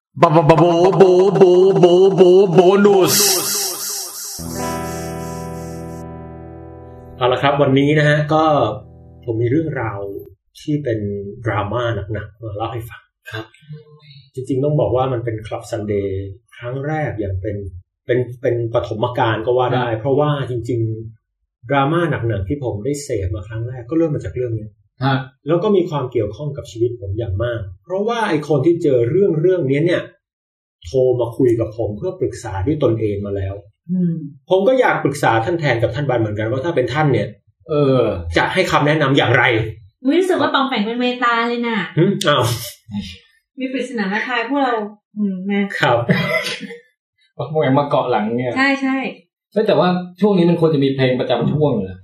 โบนัสเอาละครับวันนี้นะฮะก็ผมมีเรื่องราวที่เป็นดราม่าหนักๆมาเล่าให้ฟังครับจริงๆต้องบอกว่ามันเป็นคลับซันเดย์ครั้งแรกอย่างเป็นปฐมกาลก็ว่าได้เพราะว่าจริงๆดราม่าหนักๆที่ผมได้เสพมาครั้งแรกก็เริ่มมาจากเรื่องนี้แล้วก็มีความเกี่ยวข้องกับชีวิตผมอย่างมากเพราะว่าไอ้คนที่เจอเรื่องนี้เนี่ยโทรมาคุยกับผมเพื่อปรึกษาด้วยตนเองมาแล้วผมก็อยากปรึกษาท่านแทนกับท่านบันเหมือนกันว่าถ้าเป็นท่านเนี่ยจะให้คำแนะนำอย่างไรรู้สึกว่าปองแปงเป็นเมตาเลยน่ะอ้าวมีปริศนามาทายพวกเรานะครับปองแปงมาเกาะหลังเนี่ยใช่ใช่แต่ว่าช่วงนี้มันควรจะมีเพลงประจำช่วงเลย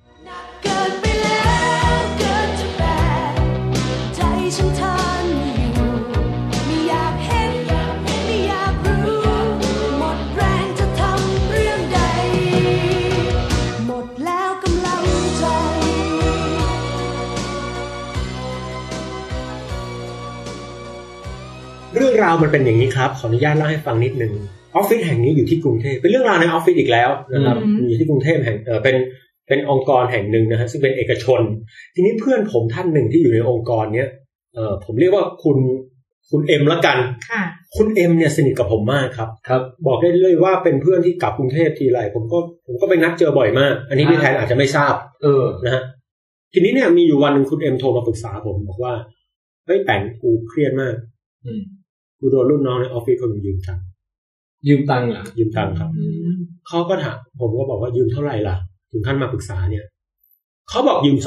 เรื่องราวมันเป็นอย่างนี้ครับขออนุญาตเล่าให้ฟังนิดนึงออฟฟิศแห่งนี้อยู่ที่กรุงเทพเป็นเรื่องราวในออฟฟิศอีกแล้วนะครับอยู่ที่กรุงเทพแห่งเป็นองค์กรแห่งหนึ่งนะฮะซึ่งเป็นเอกชนทีนี้เพื่อนผมท่านหนึ่งที่อยู่ในองค์กรเนี้ยผมเรียกว่าคุณเอ็มละกันคุณเอ็มเนี่ยสนิทกับผมมากครับบอกได้เลยว่าเป็นเพื่อนที่กลับกรุงเทพทีไรผมก็ไปนัดเจอบ่อยมากอันนี้พี่แทนอาจจะไม่ทราบนะฮะทีนี้เนี่ยมีอยู่วันนึงคุณเอ็มโทรมาปรึกษาผมบอกว่าเฮ้ยแปงกูเครียดมากกูโดนรุ่นน้องในออฟฟิศคนนึงยืมตังค์เหรอยืมตังค์ครับเขาก็ถามผมก็บอกว่ายืมเท่าไหร่ล่ะถึงขั้นมาปรึกษาเนี่ยเขาบอกยืม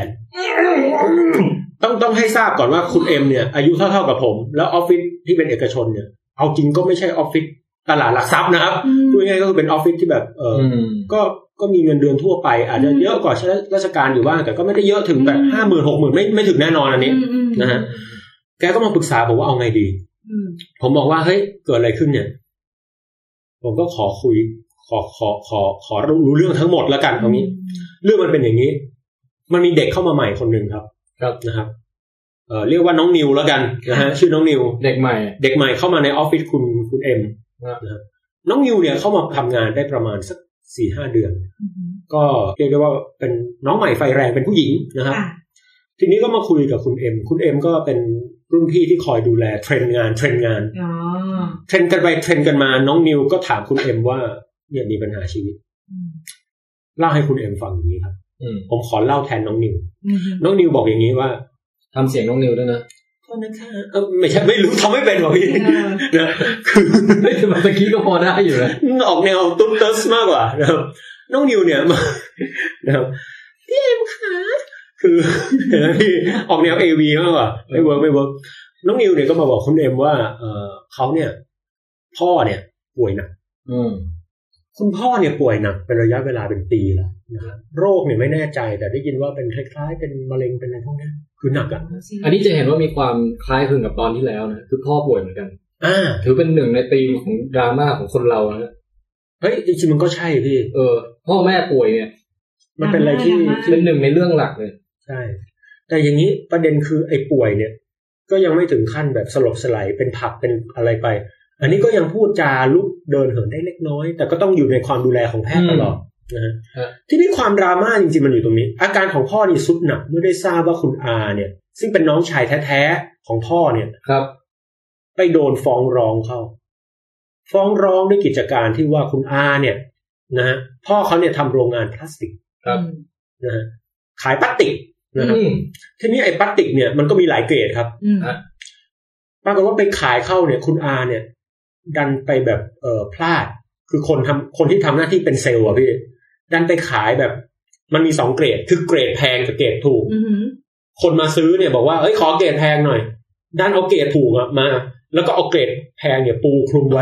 200,000 ต้องให้ทราบก่อนว่าคุณเอ็มเนี่ยอายุเท่ากับผมแล้วออฟฟิศที่เป็นเอกชนเนี่ยเอาจริงก็ไม่ใช่ออฟฟิศตลาดหลักทรัพย์นะครับพูดง่ายๆก็คือเป็นออฟฟิศที่แบบก็มีเงินเดือนทั่วไปอาจจะเยอะกว่าราชการอยู่บ้างแต่ก็ไม่ได้เยอะถึงแบบ 50,000 60,000 ไม่ถึงแน่นอนอันนี้นะฮะแกก็มาปรึกษาผมว่าเอาไงดีผมบอกว่าเฮ้ยเกิดอะไรขึ้นเนี่ยผมก็ขอคุยขอรู้เรื่องทั้งหมดแล้วกันตรงนี้เรื่องมันเป็นอย่างนี้มันมีเด็กเข้ามาใหม่คนนึงครับนะครับเรียกว่าน้องนิวแล้วกันนะฮะชื่อน้องนิวเด็กใหม่เข้ามาในออฟฟิศคุณเอ็มนะครับน้องนิวเนี่ยเข้ามาทำงานได้ประมาณสัก 4-5 เดือนก็เรียกได้ว่าเป็นน้องใหม่ไฟแรงเป็นผู้หญิงนะครับทีนี้ก็มาคุยกับคุณเอ็มก็เป็นรุ่นพี่ที่คอยดูแลเทรนงานเทรนกันไปเทรนกันมาน้องนิวก็ถามคุณเอ็มว่าเนี่ยมีปัญหาชีวิตเล่าให้คุณเอ็มฟังอย่างนี้ครับผมขอเล่าแทนน้องนิวน้องนิวบอกอย่างนี้ว่าทำเสียงน้องนิวด้วยนะโทษนะคะไม่ใช่ไม่รู้ทำไม่เป็นหรอกพี่นะคือมาตะกี้ก็พอได้อยู่นะออกแนวตุ้มเติร์สมากกว่านะครับน้องนิวเนี่ยนะครับพี่เอ็มค่ะคือพี่ออกแนว AV มากกว่าไม่เวิร์กน้องนิวเนี่ยก็มาบอกคุณเอ็มว่าเขาเนี่ยพ่อเนี่ยป่วยหนักคุณพ่อเนี่ยป่วยหนักเป็นระยะเวลาเป็นปีแล้วนะครับโรคเนี่ยไม่แน่ใจแต่ได้ยินว่าเป็นคล้ายๆเป็นมะเร็งเป็นอะไรพวกนี้คือหนักอ่ะอันนี้จะเห็นว่ามีความคล้ายคลึงกับตอนที่แล้วนะคือพ่อป่วยเหมือนกันถือเป็นหนึ่งในธีมของดราม่าของคนเรานะเฮ้ยจริงๆมันก็ใช่พี่พ่อแม่ป่วยเนี่ยมันเป็นอะไรที่เป็นหนึ่งในเรื่องหลักเลยใช่แต่อย่างนี้ประเด็นคือไอ้ป่วยเนี่ยก็ยังไม่ถึงขั้นแบบสลบสลายเป็นผักเป็นอะไรไปอันนี้ก็ยังพูดจาลุกเดินเหินได้เล็กน้อยแต่ก็ต้องอยู่ในความดูแลของแพทย์ตลอดนะฮะที่นี่ความดราม่าจริงๆมันอยู่ตรงนี้อาการของพ่อนี่สุดหนักเมื่อได้ทราบว่าคุณอาเนี่ยซึ่งเป็นน้องชายแท้ๆของพ่อเนี่ยครับไปโดนฟ้องร้องด้วยกิจการที่ว่าคุณอาเนี่ยนะฮะพ่อเขาเนี่ยทำโรงงานพลาสติกครับนะฮะขายพลาสติกนะครับทีนี้ไอ้พลาสติกเนี่ยมันก็มีหลายเกรดครับปรากฏว่าไปขายเข้าเนี่ยคุณอาเนี่ยดันไปแบบพลาดคือคนที่ทำหน้าที่เป็นเซลล์อ่ะพี่ดันไปขายแบบมันมี2เกรดคือเกรดแพงกับเกรดถูกคนมาซื้อเนี่ยบอกว่าเอ้ยขอเกรดแพงหน่อยดันเอาเกรดถูกมาแล้วก็เอาเกรดแพงเนี่ยปูคลุมไว้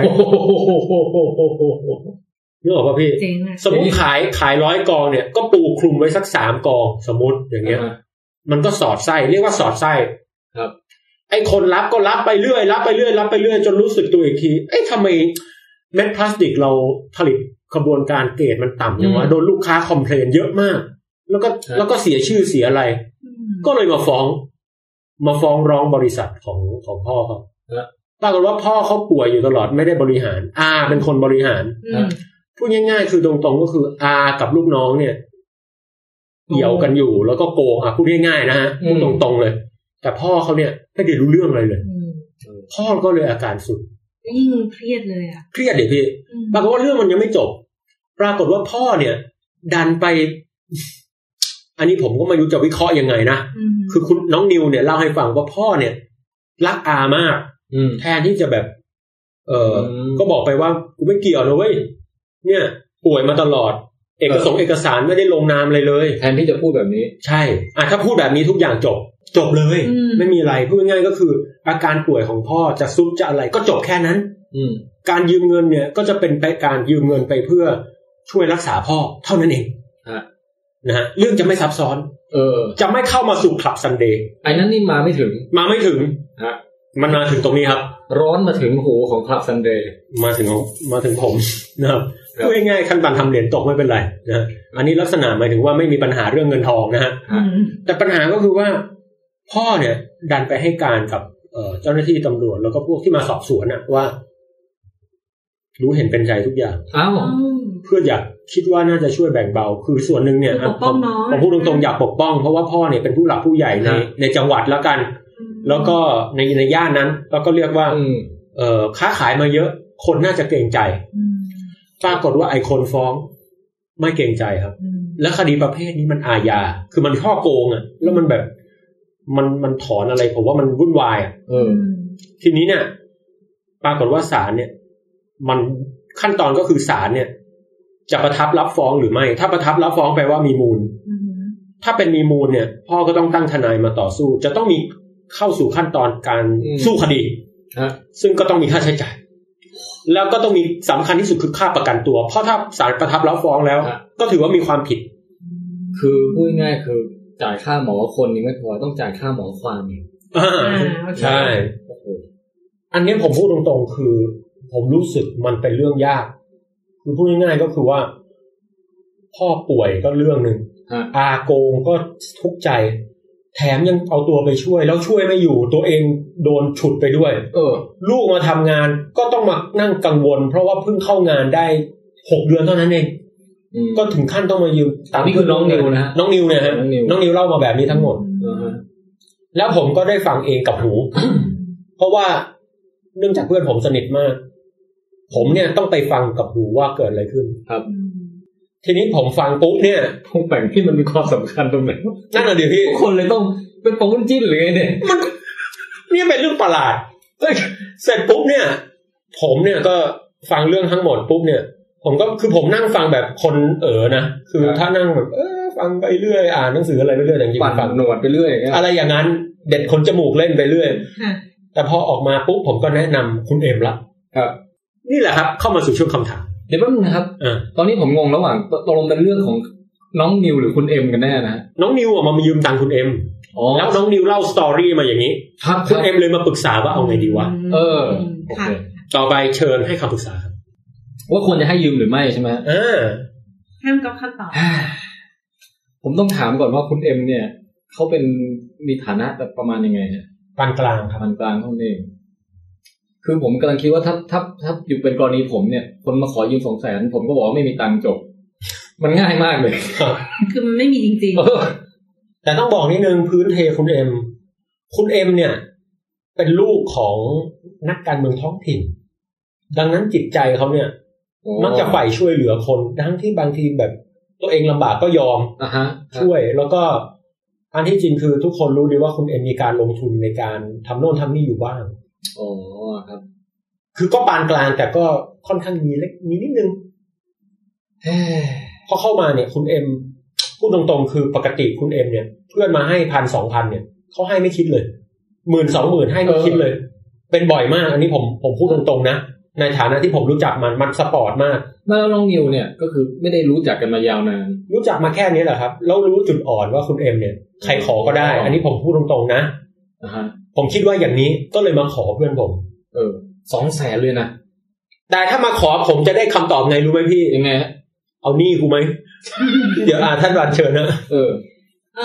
นึกออกป่ะพี่สมมุติขาย100 กองเนี่ยก็ปูคลุมไว้สัก3 กองสมมุติอย่างเงี้ยมันก็สอดไส้เรียกว่าสอดไส้ครับไอ้คนรับก็รับไปเรื่อยจนรู้สึกตัวอีกทีเอ๊ะทำไมเม็ดพลาสติกเราผลิตกระบวนการเกรดมันต่ำอย่างวะโดนลูกค้าคอมเพลนเยอะมากแล้วก็เสียชื่อเสียอะไรก็เลยมาฟ้องร้องบริษัทของพ่อเขาปรากฏว่าพ่อเขาป่วยอยู่ตลอดไม่ได้บริหารเป็นคนบริหารพูดง่ายๆคือตรงๆก็คือกับลูกน้องเนี่ยเหี่ยวกันอยู่แล้วก็โกงพูดง่ายๆนะฮะพูดตรงๆเลยแต่พ่อเขาเนี่ยไม่ได้รู้เรื่องอะไรเลยพ่อก็เลยอาการสุดยิ่งเครียดเลยเครียดดิพี่ปรากฏว่าเรื่องมันยังไม่จบปรากฏว่าพ่อเนี่ยดันไปอันนี้ผมก็ไม่รู้จะวิเคราะห์ยังไงนะคือคุณน้องนิวเนี่ยเล่าให้ฟังว่าพ่อเนี่ยรักมากแทนที่จะแบบก็บอกไปว่ากูไม่เกี่ยวนะเว้ยเนี่ยป่วยมาตลอดเอกสารไม่ได้ลงนามอะไรเลยแทนที่จะพูดแบบนี้ใช่ถ้าพูดแบบนี้ทุกอย่างจบเลยไม่มีอะไรพูดง่ายๆก็คืออาการป่วยของพ่อจะซุดจะอะไรก็จบแค่นั้นการยืมเงินเนี่ยก็จะเป็นไปการยืมเงินไปเพื่อช่วยรักษาพ่อเท่านั้นเองนะฮะเรื่องจะไม่ซับซ้อนจะไม่เข้ามาสู่คลับซันเดย์ไอ้นั้นนี่มาไม่ถึงฮะมันมาถึงตรงนี้ครับร้อนมาถึงหูของคลับซันเดย์มาถึงผมนะครับพูดง่ายๆขั้นตอนทำเหรียญตกไม่เป็นไรนะอันนี้ลักษณะหมายถึงว่าไม่มีปัญหาเรื่องเงินทองนะฮะแต่ปัญหาก็คือว่าพ่อเนี่ยดันไปให้การกับเจ้าหน้าที่ตำรวจแล้วก็พวกที่มาสอบสวนน่ะว่ารู้เห็นเป็นใจทุกอย่างเพื่ออยากคิดว่าน่าจะช่วยแบ่งเบาคือส่วนหนึ่งเนี่ยผมพูดตรงๆอยากปกป้องเพราะว่าพ่อเนี่ยเป็นผู้หลักผู้ใหญ่ในจังหวัดแล้วกันแล้วก็ในย่านนั้นแล้วก็เรียกว่าค้าขายมาเยอะคนน่าจะเกรงใจปรากฏว่าไอ้คนฟ้องไม่เกรงใจครับและคดีประเภทนี้มันอาญาคือมันช่อโกงแล้วมันแบบมันถอนอะไรผมว่ามันวุ่นวายทีนี้เนี่ยปรากฏว่าศาลเนี่ยมันขั้นตอนก็คือศาลเนี่ยจะประทับรับฟ้องหรือไม่ถ้าประทับรับฟ้องแปลว่ามีมูลถ้าเป็นมีมูลเนี่ยพ่อก็ต้องตั้งทนายมาต่อสู้จะต้องมีเข้าสู่ขั้นตอนการสู้คดีซึ่งก็ต้องมีค่าใช้จ่ายแล้วก็ต้องมีสำคัญที่สุดคือค่าประกันตัวเพราะถ้าศาลประทับรับฟ้องแล้วก็ถือว่ามีความผิดคือพูดง่ายคือจ่ายค่าหมอคนนี้ไม่พอต้องจ่ายค่าหมอความอีกใช่อันนี้ผมพูดตรงๆคือผมรู้สึกมันเป็นเรื่องยากคือพูดง่ายๆก็คือว่าพ่อป่วยก็เรื่องนึงโกงก็ทุกข์ใจแถมยังเอาตัวไปช่วยแล้วช่วยไม่อยู่ตัวเองโดนฉุดไปด้วยลูกมาทำงานก็ต้องมานั่งกังวลเพราะว่าเพิ่งเข้างานได้6 เดือนเท่านั้นเองก็ถึงขั้นต้องมายืมตามนี่คือน้องนิวนะน้องนิวเนี่ยฮะน้องนิวเล่ามาแบบนี้ทั้งหมดแล้วผมก็ได้ฟังเองกับหู เพราะว่าเนื่องจากเพื่อนผมสนิทมากผมเนี่ยต้องไปฟังกับหูว่าเกิดอะไรขึ้นครับทีนี้ผมฟังปุ๊บเนี่ยผมแบ่งที่มันมีความสำคัญตรงไหนนั่นน่ะดิพี่คนเลยต้องเป็นปองจิ้นหรือไงเนี่ยมันนี่เป็นเรื่องประหลาดเสร็จปุ๊บเนี่ยผมเนี่ยก็ฟังเรื่องทั้งหมดปุ๊บเนี่ยผมก็คือผมนั่งฟังแบบคนนะคือถ้านั่งแบบฟังไปเรื่อยอ่านหนังสืออะไรไปเรื่อยอย่างจริงฟังหนวดไปเรื่อยอะไรอย่างนั้นเด็ดขนจมูกเล่นไปเรื่อยแต่พอออกมาปุ๊บผมก็แนะนำคุณเอ็มละครับนี่แหละครับเข้ามาสู่ช่วงคำถามเดี๋ยวแป๊บนึงนะครับตอนนี้ผมงงระหว่างตกลงเป็นเรื่องของน้องนิวหรือคุณเอ็มกันแน่นะน้องนิวมายืมตังค์คุณเอ็มแล้วน้องนิวเล่าสตอรี่มาอย่างนี้คุณเอ็มเลยมาปรึกษาว่าเอาไงดีวะโอเคต่อไปเชิญให้คำปรึกษาครับว่าควรจะให้ยืมหรือไม่ใช่ไหมห้ามกับขั้นตอนผมต้องถามก่อนว่าคุณเอ็มเนี่ยเขาเป็นมีฐานะประมาณยังไงเนี่ยปานกลางครับปานกลางเท่านั้นเองคือผมกำลังคิดว่าถ้าอยู่เป็นกรณีผมเนี่ยคนมาขอยืม 200,000 ผมก็บอกว่าไม่มีตังค์จบมันง่ายมากเลยคือมันไม่มีจริงๆแต่ต้องบอกนิดนึงพื้นเทคุณเอ็มเนี่ยเป็นลูกของนักการเมืองท้องถิ่นดังนั้นจิตใจเขาเนี่ยมักจะใฝ่ช่วยเหลือคนทั้งที่บางทีแบบตัวเองลำบากก็ยอมช่วยแล้วก็อันที่จริงคือทุกคนรู้ดีว่าคุณเอ็มมีการลงทุนในการทำโน่นทำนี่อยู่บ้างครับคือก็ปานกลางแต่ก็ค่อนข้างมีเล็กมีนิดนึงพอเข้ามาเนี่ยคุณเอ็มพูดตรงๆคือปกติคุณเอ็มเนี่ยเพื่อนมาให้ 1,000-2,000 เนี่ยเขาให้ไม่คิดเลย 10,000-20,000 ให้ไม่คิดเลยเป็นบ่อยมากอันนี้ผมพูดตรงๆนะในฐานะที่ผมรู้จักมันสปอร์ตมากแล้วน้องนิวเนี่ยก็คือไม่ได้รู้จักกันมายาวนานรู้จักมาแค่นี้แหละครับแล้วรู้จุดอ่อนว่าคุณเอ็มเนี่ยใครขอก็ได้อันนี้ผมพูดตรงๆนะผมคิดว่าอย่างนี้ก็เลยมาขอเพื่อนผม 200,000เลยนะแต่ถ้ามาขอผมจะได้คำตอบไงรู้ไหมพี่ยังไงเอาหนี้กูไหม เดี๋ยวท่านวันเชิญนะ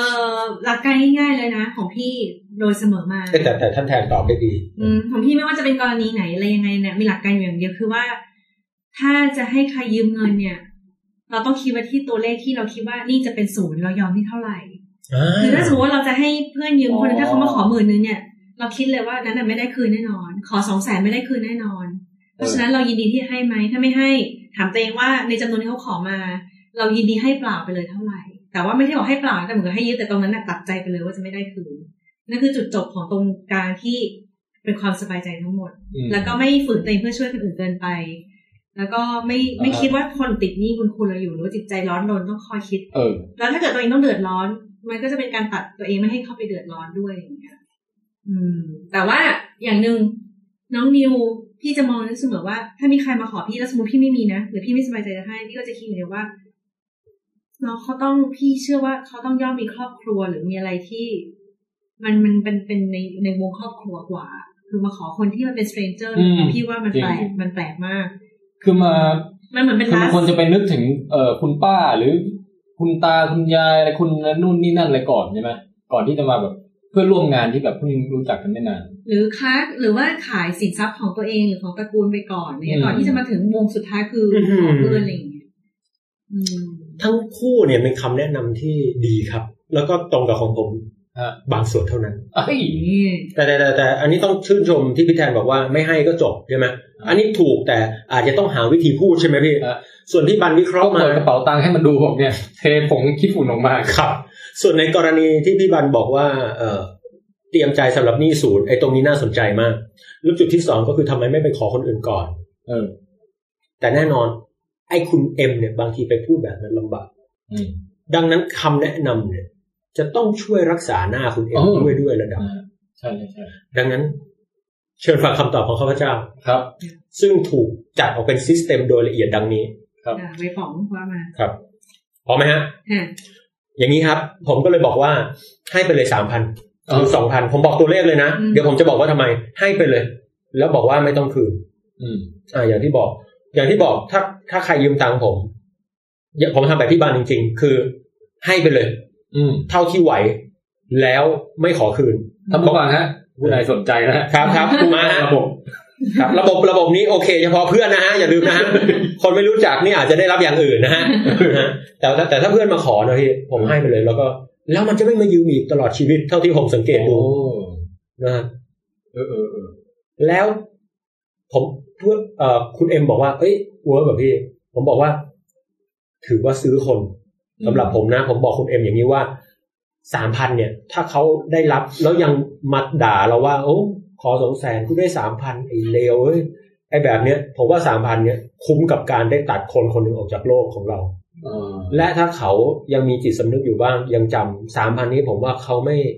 หลักการง่ายๆเลยนะของพี่โดยเสมอมาแต่ท่านแทนตอบได้ดีของพี่ไม่ว่าจะเป็นกรณีไหนอะไรยังไงเนี่ยมีหลักการอย่างเดียวคือว่าถ้าจะให้ใครยืมเงินเนี่ยเราต้องคิดว่าที่ตัวเลขที่เราคิดว่านี่จะเป็น0เรายอมที่เท่าไหร่คือถ้าสมมติว่าเราจะให้เพื่อนยืมคนนึงถ้าเขามาขอ10,000เนี่ยเราคิดเลยว่านั้นไม่ได้คืนแน่นอนขอ 200,000 ไม่ได้คืนแน่นอนเพราะฉะนั้นเรายินดีที่ให้ไหมถ้าไม่ให้ถามตัวเองว่าในจำนวนที่เขาขอมาเรายินดีให้เปล่าไปเลยเท่าไหร่แต่ว่าไม่ได้บอกให้เปล่าแต่เหมือนกับให้ยืมแต่ตรงนั้นตัดใจไปเลยว่าจะไม่ได้คืนนั่นคือจุดจบของตรงกลางที่เป็นความสบายใจทั้งหมดแล้วก็ไม่ฝืนตัวเองเพื่อช่วยคนอื่นเกินไปแล้วก็ไม่คิดว่าคนติดหนี้บุญคุณเราอยู่หรือว่าจิตใจร้อนรนต้องคอยคิดแล้วถ้าเกิดตัวเองต้องเดือดร้อนมันก็จะเป็นการตัดตัวเองไม่ให้เข้าไปเดือดร้อนด้วยอย่างเงี้ยแต่ว่าอย่างนึงน้องนิวพี่จะมองเสมอว่าถ้ามีใครมาขอพี่แล้วสมมติพี่ไม่มีนะหรือพี่ไม่สบายใจจะให้พี่ก็จะคิดอยู่เลยว่าน้องเขาต้องพี่เชื่อว่าเขาต้องย่อมมีครอบครัวหรือมีอะไรที่มันเป็นในวงครอบครัวกว่าคือมาขอคนที่มันเป็น stranger พี่ว่ามันแปลกมากคือมันเหมือนเป็นคนจะไปนึกถึงคุณป้าหรือคุณตาคุณยายอะไรคุณนู่นนี่นั่นอะไรก่อนใช่ไหมก่อนที่จะมาแบบเพื่อร่วมงานที่แบบเพิ่งรู้จักกันไม่นานหรือว่าขายสินทรัพย์ของตัวเองหรือของตระกูลไปก่อนเนี่ยก่อนที่จะมาถึงวงสุดท้ายคือขอเพื่อนอะไรอย่างเงี้ยทั้งคู่เนี่ยเป็นคำแนะนำที่ดีครับแล้วก็ตรงกับของผมบางส่วนเท่านั้นแต่อันนี้ต้องชื่นชมที่พี่แทนบอกว่าไม่ให้ก็จบใช่ไหมอันนี้ถูกแต่อาจจะต้องหาวิธีพูดใช่ไหมพี่ส่วนที่บันวิเคราะห์มากระเป๋าตังค์ให้มันดูผมเนี่ยเทผงขี้ฝุ่นออกมาครับส่วนในกรณีที่พี่บันบอกว่าเตรียมใจสำหรับหนี้0ไอ้ตรงนี้น่าสนใจมากแล้วจุดที่2ก็คือทำไมไม่ไปขอคนอื่นก่อนแต่แน่นอนไอ้คุณเอ็มเนี่ยบางทีไปพูดแบบนั้นลำบากดังนั้นคำแนะนำเนี่ยจะต้องช่วยรักษาหน้าคุณเอ็มด้วยระดับใช่ดังนั้นเชิญฟังคำตอบของข้าพเจ้าครับซึ่งถูกจัดออกเป็นซิสเต็มโดยละเอียดดังนี้ครับไปฟ้องว่ามาครับพอไหมฮะอย่างนี้ครับผมก็เลยบอกว่าให้ไปเลย 3,000 หรือ 2,000 ผมบอกตัวเลขเลยนะเดี๋ยวผมจะบอกว่าทำไมให้ไปเลยแล้วบอกว่าไม่ต้องคืนอย่างที่บอกถ้าใครยืมตังค์ผมทำแบบที่บ้านจริงๆคือให้ไปเลยเท่าที่ไหวแล้วไม่ขอคืนถ้าผู้ฟังฮะผู้ใดสนใจนะครับคุณมาระบบครับระบบนี้โอเคเฉพาะเพื่อนนะฮะอย่าลืมนะฮะคนไม่รู้จักนี่อาจจะได้รับอย่างอื่นนะฮะแต่ถ้าเพื่อนมาขอนะพี่ผมให้ไปเลยแล้วมันจะไม่มายืมอีกตลอดชีวิตเท่าที่ผมสังเกตดูนะแล้วผมเพื่อคุณเอ็มบอกว่าเอ้ยเวิร์กแบบพี่ผมบอกว่าถือว่าซื้อคนสำหรับผมนะผมบอกคุณเอ็มอย่างนี้ว่า 3,000 เนี่ยถ้าเขาได้รับแล้วยังมาด่าเราว่าโอ้ขอ 200,000 กูได้ 3,000 ไอ้เลวเอ้ยไอ้แบบเนี้ยผมว่า 3,000 เนี่ยคุ้มกับการได้ตัดคนคนนึงออกจากโลกของเราและถ้าเขายังมีจิตสำนึกอยู่บ้างยังจำ 3,000 นี้ผมว่าเขา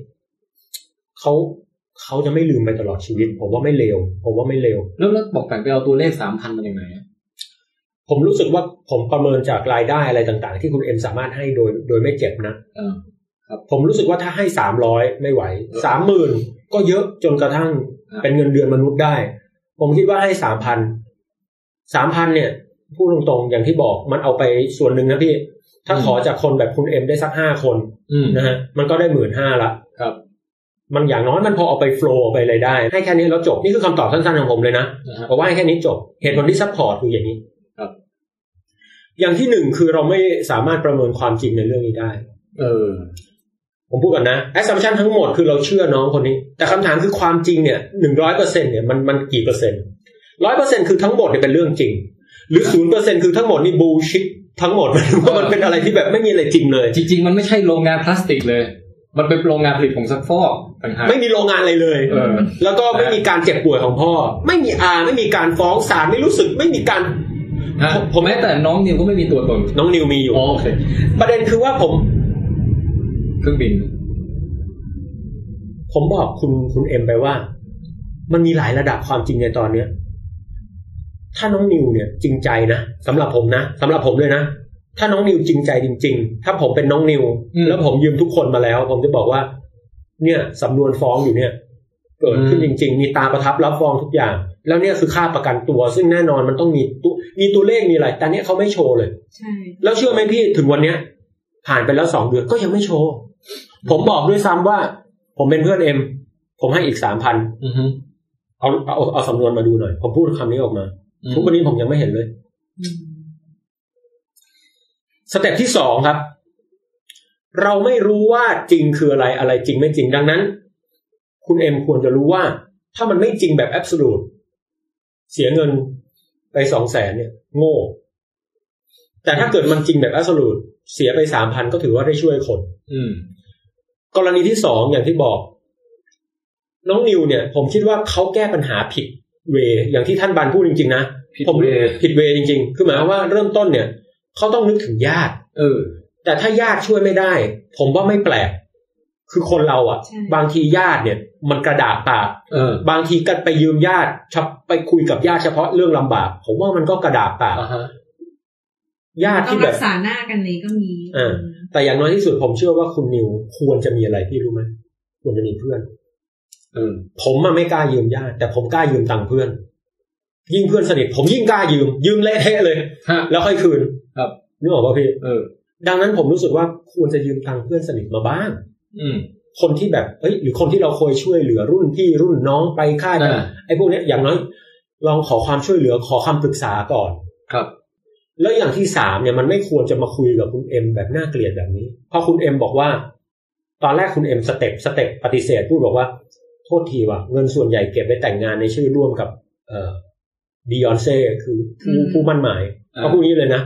จะไม่ลืมไปตลอดชีวิตผมว่าไม่เลวแล้วบอกกันไปเอาตัวเลข 3,000 มาจากไหนผมรู้สึกว่าผมประเมินจากรายได้อะไรต่างๆที่คุณเอ็มสามารถให้โดยไม่เจ็บนะครับผมรู้สึกว่าถ้าให้300ไม่ไหว 30,000 ก็เยอะจนกระทั่งเป็นเงินเดือนมนุษย์ได้ผมคิดว่าให้ 3,000 เนี่ยพูดตรงๆอย่างที่บอกมันเอาไปส่วนหนึ่งนะพี่ถ้าขอจากคนแบบคุณเอ็มได้สัก5 คนนะฮะมันก็ได้ 15,000 ละครับมันอย่างน้อยมันพอเอาไปโฟลว์ไปเลยได้ให้แค่นี้แล้วจบนี่คือคำตอบสั้นๆของผมเลยนะบอกว่าให้แค่นี้จบเหตุผลที่ซัพพอร์ตคืออย่างนี้ครับอย่างที่1คือเราไม่สามารถประเมินความจริงในเรื่องนี้ได้ผมพูดก่อนนะ assumption ทั้งหมดคือเราเชื่อน้องคนนี้แต่คำถามคือความจริงเนี่ย 100% เนี่ยมันกี่เปอร์เซ็นต์ 100% คือทั้งหมดเนี่ยเป็นเรื่องจริงหรือ 0% คือทั้งหมดนี่ bullshit ทั้งหมดมันเป็นอะไรที่แบบไม่มีอะไรจริงเลยจริงๆมันไม่ใช่โรงงานพลาสติกเลยมันเป็นโรงงานผลิตผงซักฟอกไม่มีโรงงานอะไรเลยแล้วก็ไม่มีการเจ็บป่วยของพ่อไม่มีไม่มีการฟ้องศาลไม่รู้สึกไม่มีการผมแม้แต่น้องนิวก็ไม่มีตัวตนน้องนิวมีอยู่โอเคประเด็นคือว่าเครื่องบินผมบอกคุณเอ็มไปว่ามันมีหลายระดับความจริงในตอนเนี้ยถ้าน้องนิวเนี่ยจริงใจนะสำหรับผมเลยนะถ้าน้องนิวจริงใจจริงๆถ้าผมเป็นน้องนิวแล้วผมยืมทุกคนมาแล้วผมจะบอกว่าเนี่ยสำนวนฟ้องอยู่เนี่ยเกิดขึ้นจริงๆมีตาประทับรับฟ้องทุกอย่างแล้วเนี่ยคือค่าประกันตัวซึ่งแน่นอนมันต้องมีตัวเลขมีอะไรแต่เนี้ยเขาไม่โชว์เลยใช่แล้วเชื่อไหมพี่ถึงวันเนี้ยผ่านไปแล้ว2 เดือนก็ยังไม่โชว์ผมบอกด้วยซ้ำว่าผมเป็นเพื่อนเอ็มผมให้อีก 3,000 เอาสำนวนมาดูหน่อยผมพูดคำนี้ออกมาทุกวันนี้ผมยังไม่เห็นเลยสเต็ปที่2ครับเราไม่รู้ว่าจริงคืออะไรจริงไม่จริงดังนั้นคุณเอ็มควรจะรู้ว่าถ้ามันไม่จริงแบบ absolute เสียเงินไป 200,000 เนี่ยโง่แต่ถ้าเกิดมันจริงแบบ absolute เสียไป 3,000 ก็ถือว่าได้ช่วยคนกรณีที่2อย่างที่บอกน้องนิวเนี่ยผมคิดว่าเขาแก้ปัญหาผิดเวอย่างที่ท่านบานพูดจริงๆนะผมผิดเวจริงๆคือหมายความว่าเริ่มต้นเนี่ยเขาต้องนึกถึงญาติแต่ถ้าญาติช่วยไม่ได้ผมว่าไม่แปลกคือคนเราอ่ะบางทีญาติเนี่ยมันกระดากปากบางทีก็ไปยืมญาติไปคุยกับญาติเฉพาะเรื่องลำบากผมว่ามันก็กระดากปากญาติที่แบบรักษาหน้ากันเลยก็มีแต่อย่างน้อยที่สุดผมเชื่อว่าคุณนิวควรจะมีอะไรพี่รู้ไหมควรจะมีเพื่อนผมไม่กล้ายืมญาติแต่ผมกล้ายืมตังค์เพื่อนยิ่งเพื่อนสนิทผมยิ่งกล้ายืมเละเทะเลยแล้วค่อยคืนครับนึกออกป่ะพี่ดังนั้นผมรู้สึกว่าควรจะยืมตังค์เพื่อนสนิทมาบ้างคนที่แบบหรือคนที่เราเคยช่วยเหลือรุ่นพี่รุ่นน้องไปค่ายไอ้พวกนี้อย่างน้อยลองขอความช่วยเหลือขอคำปรึกษาก่อนครับแล้วอย่างที่3เนี่ยมันไม่ควรจะมาคุยกับคุณเอ็มแบบน่าเกลียดแบบนี้เพราะคุณเอ็มบอกว่าตอนแรกคุณเอ็มสเต็ปปฏิเสธพูดบอกว่าโทษทีว่ะเงินส่วนใหญ่เก็บไปแต่งงานในชื่อร่วมกับบียอนเซ่คือผู้มั่นหมายเขาพูดนี้เลยนะ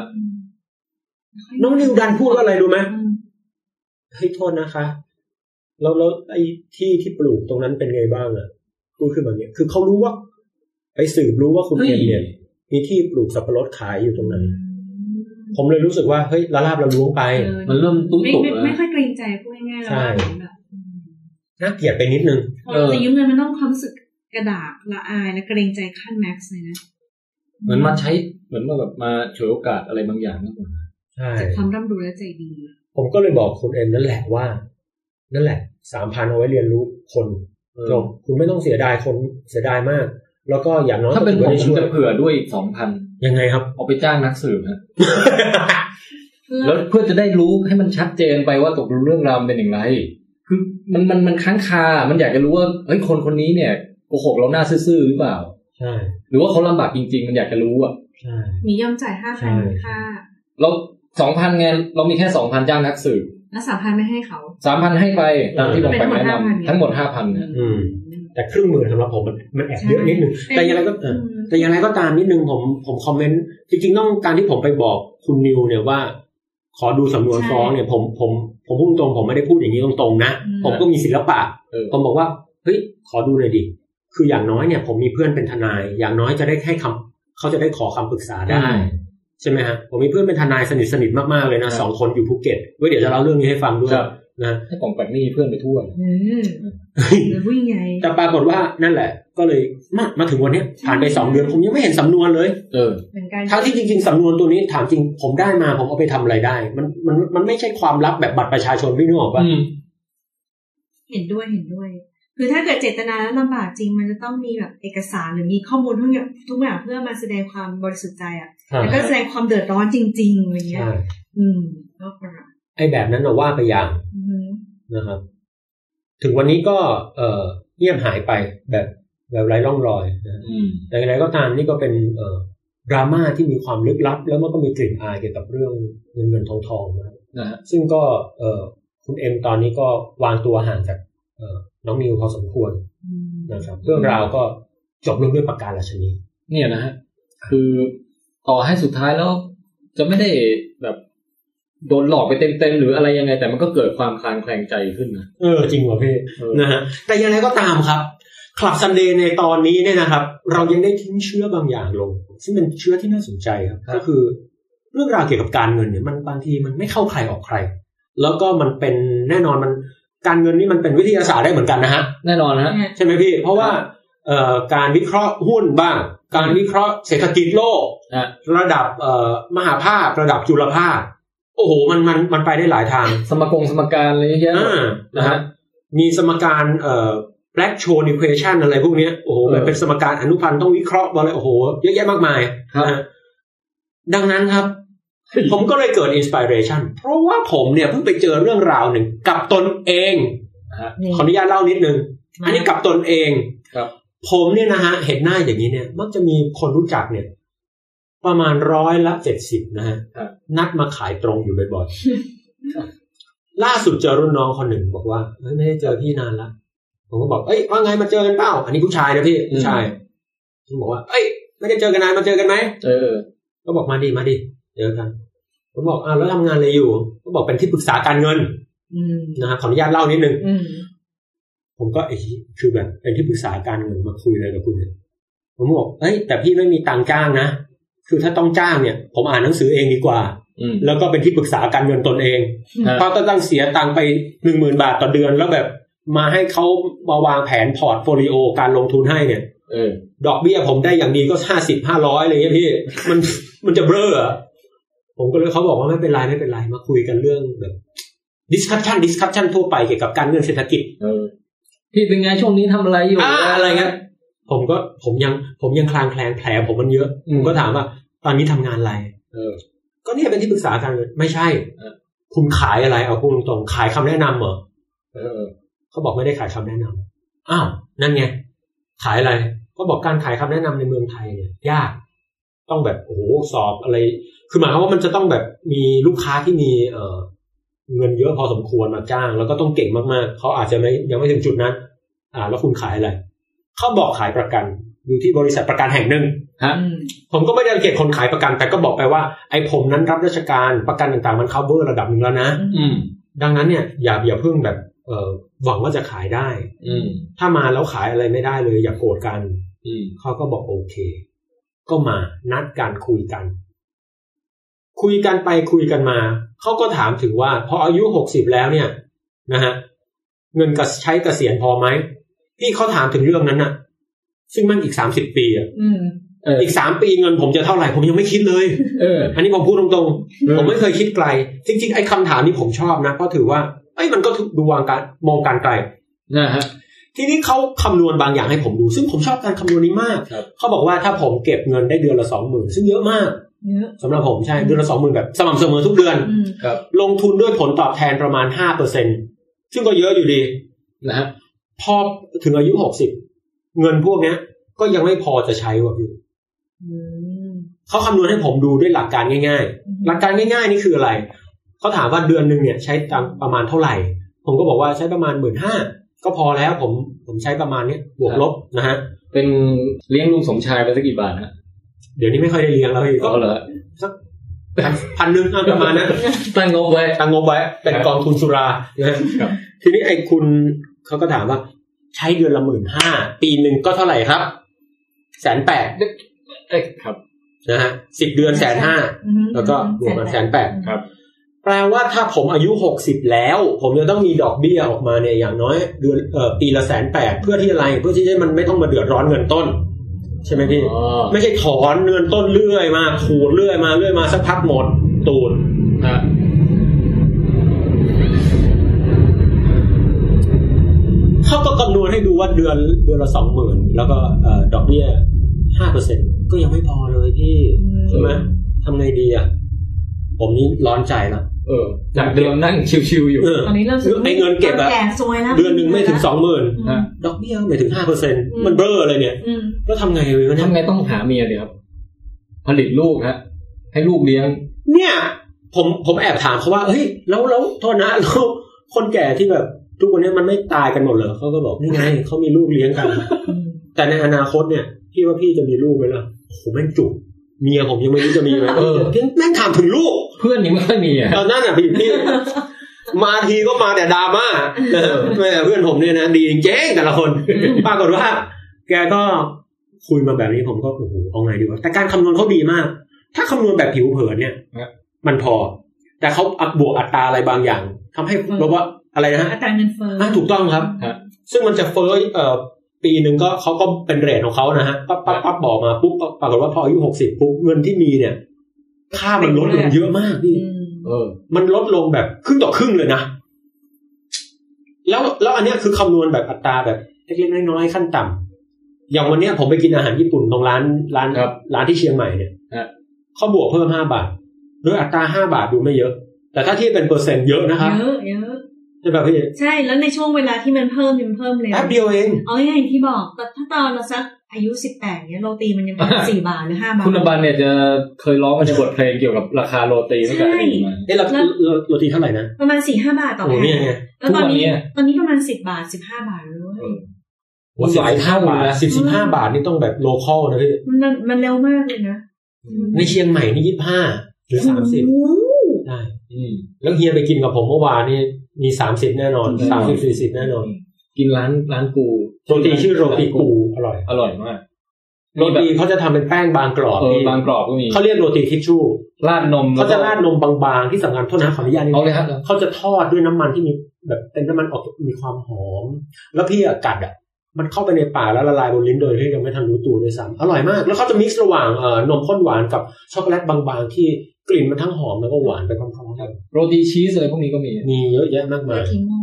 น้องนิวดันพูดว่าอะไรรู้ไหมเฮ้ยโทษนะคะแล้วไอ้ที่ปลูกตรงนั้นเป็นไงบ้างอ่ะพูดขึ้นแบบนี้คือเขารู้ว่าไปสืบรู้ว่าคุณเอ็มเนี่ยมีที่ปลูกสับปะรดขายอยู่ตรงนั้นผมเลยรู้สึกว่าเฮ้ยละลาบละล้วงไปมันเริ่มตุ้มตุ่มไม่ค่อยเกรงใจพูดง่ายๆแล้วแบบน่าเกลียดไปนิดนึงแต่ยืมเงินมันต้องความรู้สึกกระดากละอายและเกรงใจขั้นแม็กซ์เลยนะเหมือนมาใช้เหมือนว่าแบบมาฉวยโอกาสอะไรบางอย่างมากกว่าใช่ความร่ำรวยและใจดีผมก็เลยบอกคุณเอ็มนั่นแหละว่านั่นแหละ 3,000 เอาไว้เรียนรู้คนจบคุณไม่ต้องเสียดายคนเสียดายมากแล้วก็อย่างน้อยถ้าเป็นผมจะเผื่อด้วยอีก 2,000 ยังไงครับเอาไปจ้างนักสืบนะแล้วเพื่อจะได้รู้ให้มันชัดเจนไปว่าตกลงเรื่องราวเป็นอย่างไรคือมันค้างคามันอยากจะรู้ว่าเฮ้ยคนนี้เนี่ยโกหกเราหน้าซื่อๆหรือเปล่าใช่หรือว่าเขาลำบากจริงๆมันอยากจะรู้อ่ะใช่มียอมจ่าย 5,000 ค่าเรา 2,000 ไงเรามีแค่ 2,000 จ้างนักสืบแล้ว 3,000 ไม่ให้เขา 3,000 ให้ไปตามที่ผมแนะนำทั้งหมด 5,000 นะแต่ครึ่งหมื่นสำหรับผมมันแอบเยอะนิดนึงแต่อย่างไรก็ตามนิดนึงผมคอมเมนต์จริงๆต้องการที่ผมไปบอกคุณนิวเนี่ยว่าขอดูสำนวนฟ้องเนี่ยผมพูดตรงผมไม่ได้พูดอย่างนี้ตรงๆนะผมก็มีศิลปะผมบอกว่าเฮ้ยขอดูหน่อยดิคืออย่างน้อยเนี่ยผมมีเพื่อนเป็นทนายอย่างน้อยจะได้ให้เขาจะได้ขอคำปรึกษาได้ใช่ไหมฮะผมมีเพื่อนเป็นทนายสนิทมากๆเลยนะ2 คนอยู่ภูเก็ตเว้ยเดี๋ยวจะเล่าเรื่องนี้ให้ฟังด้วยนะให้ของแปลกนี่เพื่อนไปทั่ววิ่งไงแต่ปรากฏว่านั่นแหละก็เลยมาถึงวันนี้ผ่านไป2 เดือนผมยังไม่เห็นสำนวนเลยทั้งที่จริงๆสำนวนตัวนี้ถามจริงผมได้มาผมเอาไปทำอะไรได้มันไม่ใช่ความลับแบบบัตรประชาชนพี่นึกออกป่ะเห็นด้วยคือถ้าเกิดเจตนาแล้วลำบากจริงมันจะต้องมีแบบเอกสารหรือมีข้อมูลทุกอย่างเพื่อมาแสดงความบริสุทธิ์ใจอ่ะแล้วก็แสดงความเดือดร้อนจริงๆอะไรเงี้ยก็ไอ้แบบนั้นเราว่าไปอย่างนะครับถึงวันนี้ก็เงียบหายไปแบบไร้ร่องรอยนะแต่อย่างไรก็ตามนี่ก็เป็นดราม่าที่มีความลึกลับแล้วมันก็มีกลิ่นอายเกี่ยวกับเรื่องเงินทองนะซึ่งก็คุณเอ็มตอนนี้ก็วางตัวห่างจากน้องนิวพอสมควรนะครับเรื่องราวก็จบลงด้วยประการราชนีเนี่ยนะฮะคือต่อให้สุดท้ายแล้วจะไม่ได้แบบโดนหลอกไปเต็มๆหรืออะไรยังไงแต่มันก็เกิดความคลางแคลงใจขึ้นนะจริงเหรอพี่นะฮะแต่ยังไงก็ตามครับคลับซันเดย์ในตอนนี้เนี่ยนะครับเรายังได้ทิ้งเชื้อบางอย่างลงซึ่งเป็นเชื้อที่น่าสนใจครับก็คือเรื่องราวเกี่ยวกับการเงินเนี่ยมันบางทีมันไม่เข้าใครออกใครแล้วก็มันเป็นแน่นอนมันการเงินนี่มันเป็นวิทยาศาสตร์ได้เหมือนกันนะฮะแน่นอนฮะใช่ไหมพี่เพราะว่าการวิเคราะห์หุ้นบ้างการวิเคราะห์เศรษฐกิจโลกระดับมหาภาคระดับจุลภาคโอ้โหมันไปได้หลายทางสมการอะไรเยอะนะฮะมีสมการBlack-Scholes equation อะไรพวกนี้โอ้โหแบบเป็นสมการอนุพันธ์ต้องวิเคราะห์อะไรโอ้โหเยอะแยะมากมายดังนั้นครับผมก็เลยเกิดอินสปิเรชันเพราะว่าผมเนี่ยเพิ่งไปเจอเรื่องราวหนึ่งกับตนเองขออนุญาตเล่านิดนึงอันนี้กับตนเองครับผมเนี่ยนะฮะเห็นหน้าอย่างนี้เนี่ยมักจะมีคนรู้จักเนี่ยประมาณ70%นะฮะนัดมาขายตรงอยู่บ่อยๆล่าสุดเจอรุ่นน้องคนหนึ่งบอกว่าไม่ได้เจอพี่นานละผมก็บอกเอ้ยว่าไงมาเจอกันเปล่าอันนี้ผู้ชายนะพี่ผู้ชายผมบอกว่าเอ้ยไม่ได้เจอกันนานมาเจอกันไหมก็บอกมาดิเจอกันผมบอกแล้วทำงานอะไรอยู่ก็บอกเป็นที่ปรึกษาการเงินนะฮะขออนุญาตเล่านิดนึงผมก็คือแบบเป็นที่ปรึกษาการเงินมาคุยอะไรกับคุณเนี่ยผมบอกเอ้ยแต่พี่ไม่มีตังค์จ้างนะคือถ้าต้องจ้างเนี่ยผมอ่านหนังสือเองดีกว่าแล้วก็เป็นที่ปรึกษาการเงินตนเองเพราะต้องเสียตังค์ไป 10,000 บาทต่อเดือนแล้วแบบมาให้เขามาวางแผนพอร์ตโฟลิโอการลงทุนให้เนี่ยดอกเบี้ยผมได้อย่างดีก็50-500อะไรเงี้ยพี่มันจะเบ้ออ่ะผมก็เลยเขาบอกว่าไม่เป็นไรมาคุยกันเรื่องแบบdiscussion ทั่วไปเกี่ยวกับการเงินเศรษฐกิจพี่เป็นไงช่วงนี้ทำอะไรอยู่อะไรเงี้ยผมยังคลางแคลงแผลผมมันเยอะผมก็ถามว่าตอนนี้ทำงานอะไรก็เนี่ยเป็นที่ปรึกษาการเงินไม่ใช่คุณขายอะไรเอาพูดตรงๆขายคำแนะนำเหรอเขาบอกไม่ได้ขายคำแนะนำอ้าวนั่นไงขายอะไรก็บอกการขายคำแนะนำในเมืองไทยเนี่ยยากต้องแบบโอ้โหสอบอะไรคือหมายความว่ามันจะต้องแบบมีลูกค้าที่มีเงินเยอะพอสมควรมาจ้างแล้วก็ต้องเก่งมากๆเขาอาจจะยังไม่ถึงจุดนั้นแล้วคุณขายอะไรเขาบอกขายประกันอยู่ที่บริษัทประกันแห่งหนึ่งผมก็ไม่ได้รังเกียจคนขายประกันแต่ก็บอกไปว่าไอ้ผมนั้นรับราชการประกันต่างๆมัน cover ระดับนึงแล้วนะดังนั้นเนี่ยอย่าเพิ่งแบบหวังว่าจะขายได้ถ้ามาแล้วขายอะไรไม่ได้เลยอย่าโกรธกันเขาก็บอกโอเคก็มานัดการคุยกันไปคุยกันมาเขาก็ถามถึงว่าพออายุ60แล้วเนี่ยนะฮะเงินใช้เกษียณพอไหมพี่เขาถามถึงเรื่องนั้นน่ะซึ่งมันอีก30ปีอ่ะอีก3ปีเงินผมจะเท่าไหร่ผมยังไม่คิดเลยอันนี้ผมพูดตรงๆผมไม่เคยคิดไกลจริงๆไอ้คำถามนี้ผมชอบนะเพราะถือว่ามันก็ดูวางการมองการไกลนะฮะทีนี้เขาคำนวณบางอย่างให้ผมดูซึ่งผมชอบการคำนวณนี้มากเขาบอกว่าถ้าผมเก็บเงินได้เดือนละ 20,000 ซึ่งเยอะมากสำหรับผมใช่เดือนละ 20,000 แบบสม่ำเสมอทุกเดือนลงทุนด้วยผลตอบแทนประมาณ 5% ซึ่งก็เยอะอยู่ดีนะฮะพอถึงอายุ60เงินพวกนี้ก็ยังไม่พอจะใช้ว่ะพี่เขาคำนวณให้ผมดูด้วยหลักการง่ายๆหลักการง่ายๆนี่คืออะไรเขาถามว่าเดือนนึงเนี่ยใช้ตังค์ประมาณเท่าไหร่ผมก็บอกว่าใช้ประมาณ 15,000 ก็พอแล้วผมใช้ประมาณนี้บวกลบนะฮะเป็นเลี้ยงลุงสมชายไปสักกี่บาทฮะเดี๋ยวนี้ไม่ค่อยได้เลี้ยงแล้วพี่ก็เหรอสัก 1,000 ประมาณนั้นตั้งงบไว้เป็นกองทุนสุรานะครับทีนี้ไอ้คุณเขาก็ถามว่าใช้เดือนละ 15,000 ปีนึงก็เท่าไหร่ครับ 180,000 ครับนะฮะ10 เดือน 150,000 แล้วก็บวกมา 180,000 ครับแปลว่าถ้าผมอายุ60แล้วผมจะต้องมีดอกเบี้ยออกมาเนี่ยอย่างน้อยเดือนปีละ 180,000 เพื่อที่อะไรเพื่อที่ให้มันไม่ต้องมาเดือดร้อนเงินต้นใช่ไหมพี่ไม่ใช่ถอนเงินต้นเรื่อยมาขูดเรื่อยมาสักพักหมดตูดเขาก็คำนวณให้ดูว่าเดือนละ 20,000 แล้วก็ดอกเบี้ย 5% ก็ยังไม่พอเลยพี่ใช่ไหมทำไงดีอ่ะผมนี่ร้อนใจแล้วจากเดิมนั่งชิวๆอยู่ตอนนี้เริ่มไอ้เงินเก็บอะเดือนนึงไม่ถึง 20,000 ดอกเบี้ยไม่ถึง 5% มันเบ้อเลยเนี่ยแล้วทำไงเลยทำไงต้องหาเมียเลยครับผลิตลูกฮะให้ลูกเลี้ยงเนี่ยผมแอบถามเขาว่าเฮ้ยแล้วโทษนะแล้วคนแก่ที่แบบทุกวันนี้มันไม่ตายกันหมดเหรอเขาก็บอกนี่ไงเขามีลูกเลี้ยงกันแต่ในอนาคตเนี่ยพี่ว่าพี่จะมีลูกไหมล่ะโอ้โหแม่งจุกเมียผมยังไม่รู้จะมีไหมแม่งถามถึงลูกเพื่อนยังไม่ค่อยมีอ่ะนั่นอ่ะพี่มาทีก็มาแต่ดราม่าเพื่อนผมเนี่ยนะดีจริงๆแต่ละคนปรากฏว่าแกก็คุยมาแบบนี้ผมก็โอ้โหเอาไงดีวะแต่การคำนวณเขาดีมากถ้าคำนวณแบบผิวเผินเนี่ยมันพอแต่เขาบวกอัตราอะไรบางอย่างทำให้รู้ว่าอะไรนะฮะอัตราเงินเฟ้อถูกต้องครับซึ่งมันจะเฟ้อปีนึงก็เขาก็เป็นเรทของเขานะฮะปั๊บบอกมาปุ๊บปรากฏว่าพออายุ60ปุ๊บเงินที่มีเนี่ยค่ามันลดลงเยอะมากพี่มันลดลงแบบครึ่งต่อครึ่งเลยนะแล้วอันนี้คือคำนวณแบบอัตราแบบเล็กๆน้อยๆขั้นต่ำอย่างวันนี้ผมไปกินอาหารญี่ปุ่นตรงร้านที่เชียงใหม่เนี่ยเขาบวกเพิ่ม5 บาทโดยอัตรา5 บาทดูไม่เยอะแต่ถ้าที่เป็นเปอร์เซ็นต์เยอะนะครับเยอะใช่ป่ะพี่ใช่แล้วในช่วงเวลาที่มันเพิ่มเลยแป๊บเดียวเองง่ายๆที่บอกถ้าตอนเราสักอายุ18เนี่ยโรตีมันยังเป็น4 บาทหรือ5 บาทคุณอบันเนี่ยจะเคยร้องในบทเพลงเกี่ยวกับราคาโรตีตั้งแต่อดีตมาโรตีเท่าไหร่นะประมาณ 4-5 บาทต่อแผ่นแล้วตอนนี้ประมาณ10 บาท15 บาทเลยหลายเท่านะ15 บาทนี่ต้องแบบโลคอลนะพี่มันเร็วมากเลยนะในเชียงใหม่นี่25หรือ30ใช่แล้วเฮียไปกินกับผมเมื่อวานนี่มี30แน่นอน30-40แน่นอนกินร้านกูโรตีชื่อโรตีกูอร่อยมากโรตีเขาจะทำเป็นแป้งบางกรอบบางกรอบก็มีเขาเรียกโรตีทิชชู่ราดนมเขาจะราดนมบางๆที่สำคัญโทษนะขออนุญาตนิดนึงเขาจะทอดด้วยน้ำมันที่มีแบบเป็นน้ำมันออกมีความหอมแล้วพี่กัดมันเข้าไปในปากแล้วละลายบนลิ้นโดยที่ยังไม่ทันรู้ตัวเลยซ้ำอร่อยมากแล้วเขาจะมิกซ์ระหว่างนมข้นหวานกับช็อกโกแลตบางๆที่กลิ่นมันทั้งหอมแล้วก็หวานไปพร้อมๆกันโรตีชีสอะไรพวกนี้ก็มีเยอะแยะมากมาย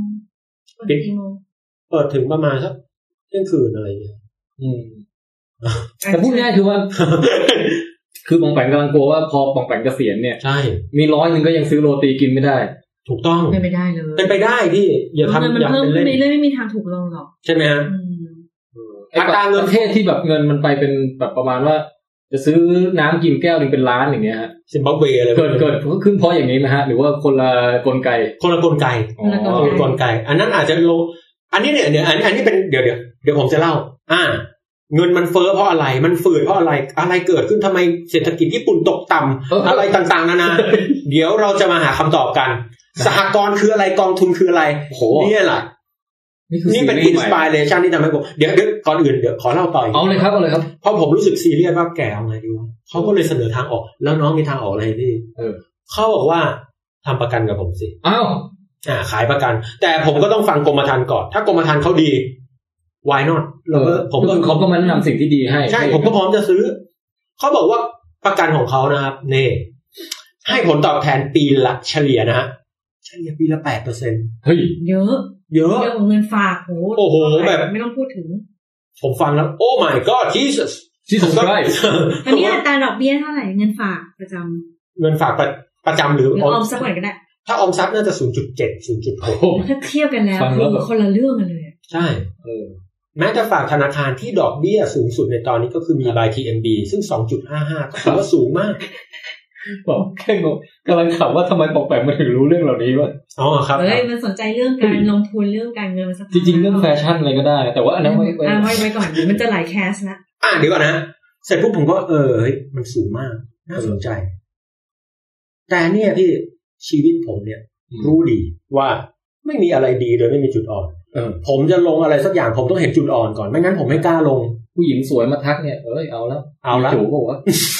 เปิดถึงประมาณสักเที่ยงคืนอะไรเงี้ยแต่พูดง่ายคือว่าคือปองแปงกำลังกลัวว่าพอปองแปงเกษียณเนี่ยใช่มี100นึงก็ยังซื้อโรตีกินไม่ได้ถูกต้องเป็นไปได้เลยเป็นไปได้พี่อย่าทำอย่าเป็นเล่นไม่มีทางถูกลงหรอกใช่ไหมฮะอัตราเงินประเทศที่แบบเงินมันไปเป็นแบบประมาณว่าจะซื้อน้ำกินแก้วนึงเป็นล้านอย่างเงี้ยฮะซิมบับเวอะไรเกิดขึ้นเพราะอย่างนี้ไหมฮะหรือว่าคนละกลไกอันนั้นอาจจะลงอันนี้เนี่ยอันนี้เป็นเดี๋ยวผมจะเล่าเงินมันเฟ้อเพราะอะไรมันฝืดเพราะอะไรเกิดขึ้นทำไมเศรษฐกิจญี่ปุ่นตกต่ำอะไรต่างๆนานาเดี๋ยวเราจะมาหาคำตอบกันสหกรณ์คืออะไรกองทุนคืออะไรเนี่ยแหละนี่เป็นอินสปิเรชันที่ทำให้ผมเดี๋ยวก่อนอื่นเดี๋ยวขอเล่าต่อเอาเลยครับเพราะผมรู้สึกซีเรียสว่าแกเอาไงดีวะเขาก็เลยเสนอทางออกแล้วน้องมีทางออกอะไรพี่เขาบอกว่าทำประกันกับผมสิขายประกันแต่ผมก็ต้องฟังกรมธรรม์ก่อนถ้ากรมธรรม์เขาดี why not ผมก็มันนำสิ่งที่ดีให้ใช่ผมก็พร้อมจะซื้อเขาบอกว่าประกันของเขานะครับนี่ให้ผลตอบแทนปีละเฉลี่ยนะฮะเฉลี่ยปีละ 8% เฮ้ยเยอะเยอะเงินฝากโอ้โหแบบไม่ต้องพูดถึงผมฟังแล้ว oh my god Jesus Christ ตอนนี้อัตราดอกเบี้ยเท่าไหร่เงินฝากประจำเงินฝากประจำหรือออมทรัพย์ก็ได้ถ้าออมทรัพย์น่าจะ 0.7 0.6 ถ้าเทียบกันแล้วคือคนละเรื่องกันเลยใช่แม้จะฝากธนาคารที่ดอกเบี้ยสูงสุดในตอนนี้ก็คือมี by TMB ซึ่ง 2.55 ก็ถือว่าสูงมากบอกแค่งงกำลังถามว่าทำไมปอกแปมมันถึงรู้เรื่องเหล่านี้วะครับมันสนใจเรื่องการลงทุนเรื่องการเงินสักจริงๆเรื่องแฟชั่นอะไรก็ได้แต่ว่าอันนั้นไว้ก่อนมันจะหลายแคสนะเดี๋ยวก่อนนะเสร็จปุ๊บผมก็มันสูงมากน่าสนใจแต่เนี่ยที่ชีวิตผมเนี่ยรู้ดีว่าไม่มีอะไรดีโดยไม่มีจุดอ่อนผมจะลงอะไรสักอย่างผมต้องเห็นจุดอ่อนก่อนไม่งั้นผมไม่กล้าลงผู้หญิงสวยมาทักเนี่ยเอาแล้วจู๋บอกว่า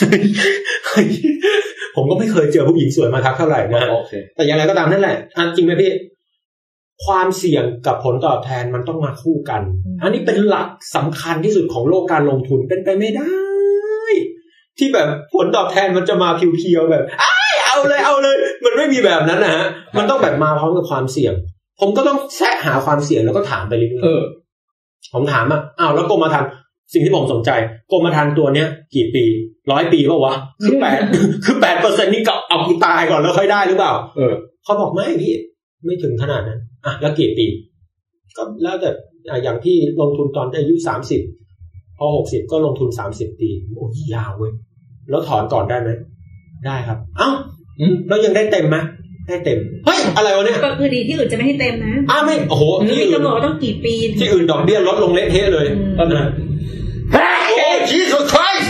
ผมก็ไม่เคยเจอผู้หญิงสวยมาทักเท่าไหร่นะแต่อย่างไรก็ตามนั่นแหละจริงไหมพี่ความเสี่ยงกับผลตอบแทนมันต้องมาคู่กันอันนี้เป็นหลักสำคัญที่สุดของโลกการลงทุนเป็นไปไม่ได้ที่แบบผลตอบแทนมันจะมาเพียวๆแบบเอาเลยมันไม่มีแบบนั้นนะฮะมันต้องแบบมาพร้อมกับความเสี่ยงผมก็ต้องแซะหาความเสี่ยงแล้วก็ถามไปเรื่อยๆผมถามแล้วกรมธรรม์สิ่งที่ผมสนใจกรมธรรม์ตัวเนี้ยกี่ปี100 ปีป่ะวะคือ 8% นี่ก็เอากูตายก่อนแล้วค่อยได้หรือเปล่าเขาบอกไม่พี่ไม่ถึงขนาดนั้นแล้วกี่ปีก็แล้วแต่อย่างที่ลงทุนตอนอายุ30พอ60ก็ลงทุน30 ปีโอ้ยาวเว้ยแล้วถอนก่อนได้ไหมได้ครับแล้วยังได้เต็มไหมได้เต็มเฮ้ยอะไรวะเนี่ยก็คือดีที่อื่นจะไม่ให้เต็มนะไม่โอ้โหที่อื่นกำหนดต้องกี่ปีที่อื่นดอกเบี้ยลดลงเละเทะเลยตอนนั้นโอ้Jesus Christ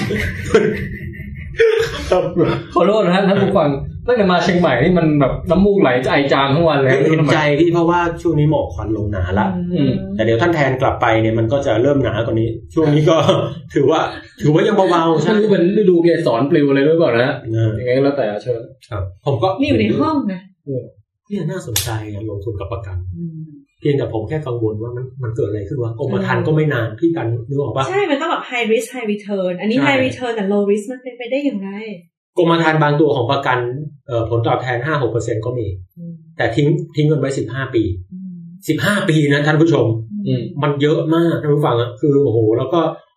ขอโทษนะท่านผู้ฟังตั้งแต่มาเชียงใหม่นี่มันแบบน้ำมูกไหลไอจามทั้งวันเลยเห็นใจที่เพราะว่าช่วงนี้หมอกควันลงหนาละแต่เดี๋ยวท่านแทนกลับไปเนี่ยมันก็จะเริ่มหนากว่านี้ช่วงนี้ก็ถือว่ายังเบาๆใช่ไม่รู้เป็นฤดูเกสรปลิวอะไรด้วยเปล่านะยังไงแล้วแต่เชิญครับผมก็นี่อยู่ในห้องนะเนี่ยน่าสนใจการลงทุนกับประกันเพียงแต่ผมแค่กังวลว่ามันเกิดอะไรขึ้นวะกรมธรรม์ก็ไม่นานพี่กันนึกออกปะใช่มันต้องแบบ high risk high return อันนี้ high return แต่ low risk มันเป็นไปได้อย่างไรกรมธรรม์บางตัวของประกันผลตอบแทน 5-6% ก็มีแต่ทิ้งเงินไว้15 ปี15 ปีนะท่านผู้ชมมันเยอะมากท่านผู้ฟังคือโอ้โหแล้วก็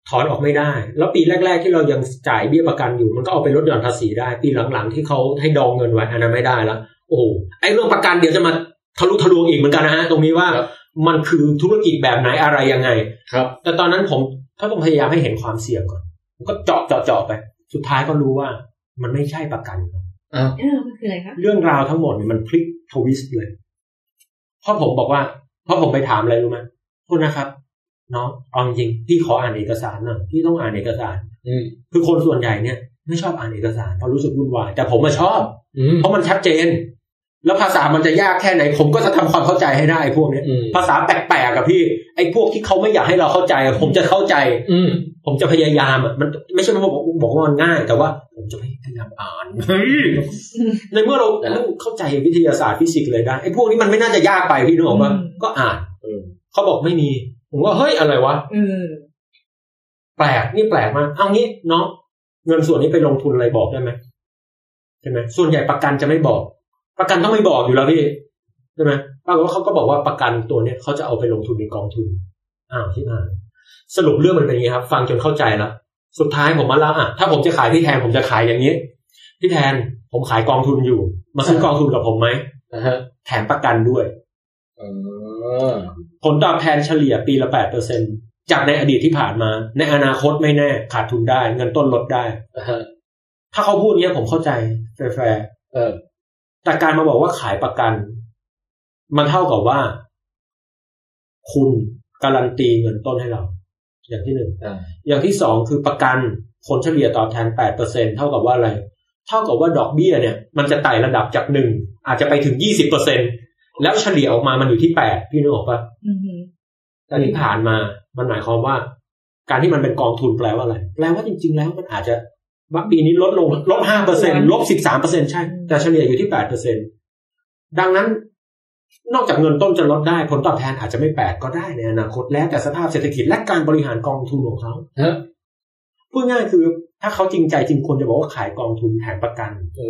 ถอนออกไม่ได้แล้วปีแรกๆที่เรายังจ่ายเบี้ยประกันอยู่มันก็เอาไปลดหย่อนภาษีได้ปีหลังๆที่เขาให้ดองเงินไว้อันนั้นไม่ได้แล้วโอ้ไอ้เรื่องประกันเดี๋ยวจะมาทะลุทะลวงอีกเหมือนกันนะฮะตรงนี้ว่ามันคือธุรกิจแบบไหนอะไรยังไงครับแต่ตอนนั้นผมก็ต้องพยายามให้เห็นความเสี่ยงก่อนผมก็เจาะไปสุดท้ายก็รู้ว่ามันไม่ใช่ประกันมันคืออะไรครับเรื่องราวทั้งหมดมันพลิกทวิสต์เลยเพราะผมไปถามอะไรรู้ไหมโทษนะครับน้องเอาจริงพี่ขออ่านเอกสารหน่อยพี่ต้องอ่านเอกสารคือคนส่วนใหญ่เนี่ยไม่ชอบอ่านเอกสารเพราะรู้สึกวุ่นวายแต่ผมชอบเพราะมันชัดเจนแล้วภาษามันจะยากแค่ไหนผมก็จะทำความเข้าใจให้ได้พวกนี้ภาษาแปลกๆกับพี่ไอ้พวกที่เขาไม่อยากให้เราเข้าใจผมจะเข้าใจผมจะพยายามมันไม่ใช่บอกว่ามันง่ายแต่ว่าผมจะพยายามอ่านในเมื่อเราเข้าใจวิทยาศาสตร์ฟิสิกส์เลยได้ไอ้พวกนี้มันไม่น่าจะยากไปพี่นึกออกป่ะก็อ่านเขาบอกไม่มีผมว่าเฮ้ยอะไรวะแปลกนี่แปลกมากเอางี้น้องเงินส่วนนี้ไปลงทุนอะไรบอกได้ไหมใช่ไหมส่วนใหญ่ประกันจะไม่บอกประกันต้องไม่บอกอยู่แล้วพี่ใช่ไหมปรากฏว่าเขาก็บอกว่าประกันตัวเนี้ยเขาจะเอาไปลงทุนในกองทุนที่สรุปเรื่องมันเป็นอย่างนี้ครับฟังจนเข้าใจแล้วสุดท้ายผมมาเล่าถ้าผมจะขายพี่แทนผมจะขายอย่างนี้พี่แทนผมขายกองทุนอยู่มาซื้อกองทุนกับผมไหมแถมประกันด้วยผลตอบแทนเฉลี่ยปีละ 8% จากในอดีตที่ผ่านมาในอนาคตไม่แน่ขาดทุนได้เงินต้นลดได้ถ้าเขาพูดเนี้ยผมเข้าใจแฟร์แต่การมาบอกว่าขายประกันมันเท่ากับว่าคุณการันตีเงินต้นให้เราอย่างที่หนึ่งอย่างที่สองคือประกันผลเฉลี่ยตอบแทน 8% เท่ากับว่าอะไรเท่ากับว่าดอกเบี้ยเนี่ยมันจะไต่ระดับจาก1อาจจะไปถึง 20% แล้วเฉลี่ยออกมามันอยู่ที่8พี่นึกออกป่ะแต่ที่ผ่านมามันหมายความว่าการที่มันเป็นกองทุนแปลว่าอะไรแปลว่าจริงๆแล้วมันอาจจะว่าปีนี้ลดลงลบ 5% ลบ 13% ใช่แต่เฉลี่ยอยู่ที่ 8% ดังนั้นนอกจากเงินต้นจะลดได้ผลตอบแทนอาจจะไม่8ก็ได้ในอนาคตแล้วแต่สภาพเศรษฐกิจและการบริหารกองทุนของเขาพูดง่ายคือถ้าเขาจริงใจจริงควรจะบอกว่าขายกองทุนแถมประกัน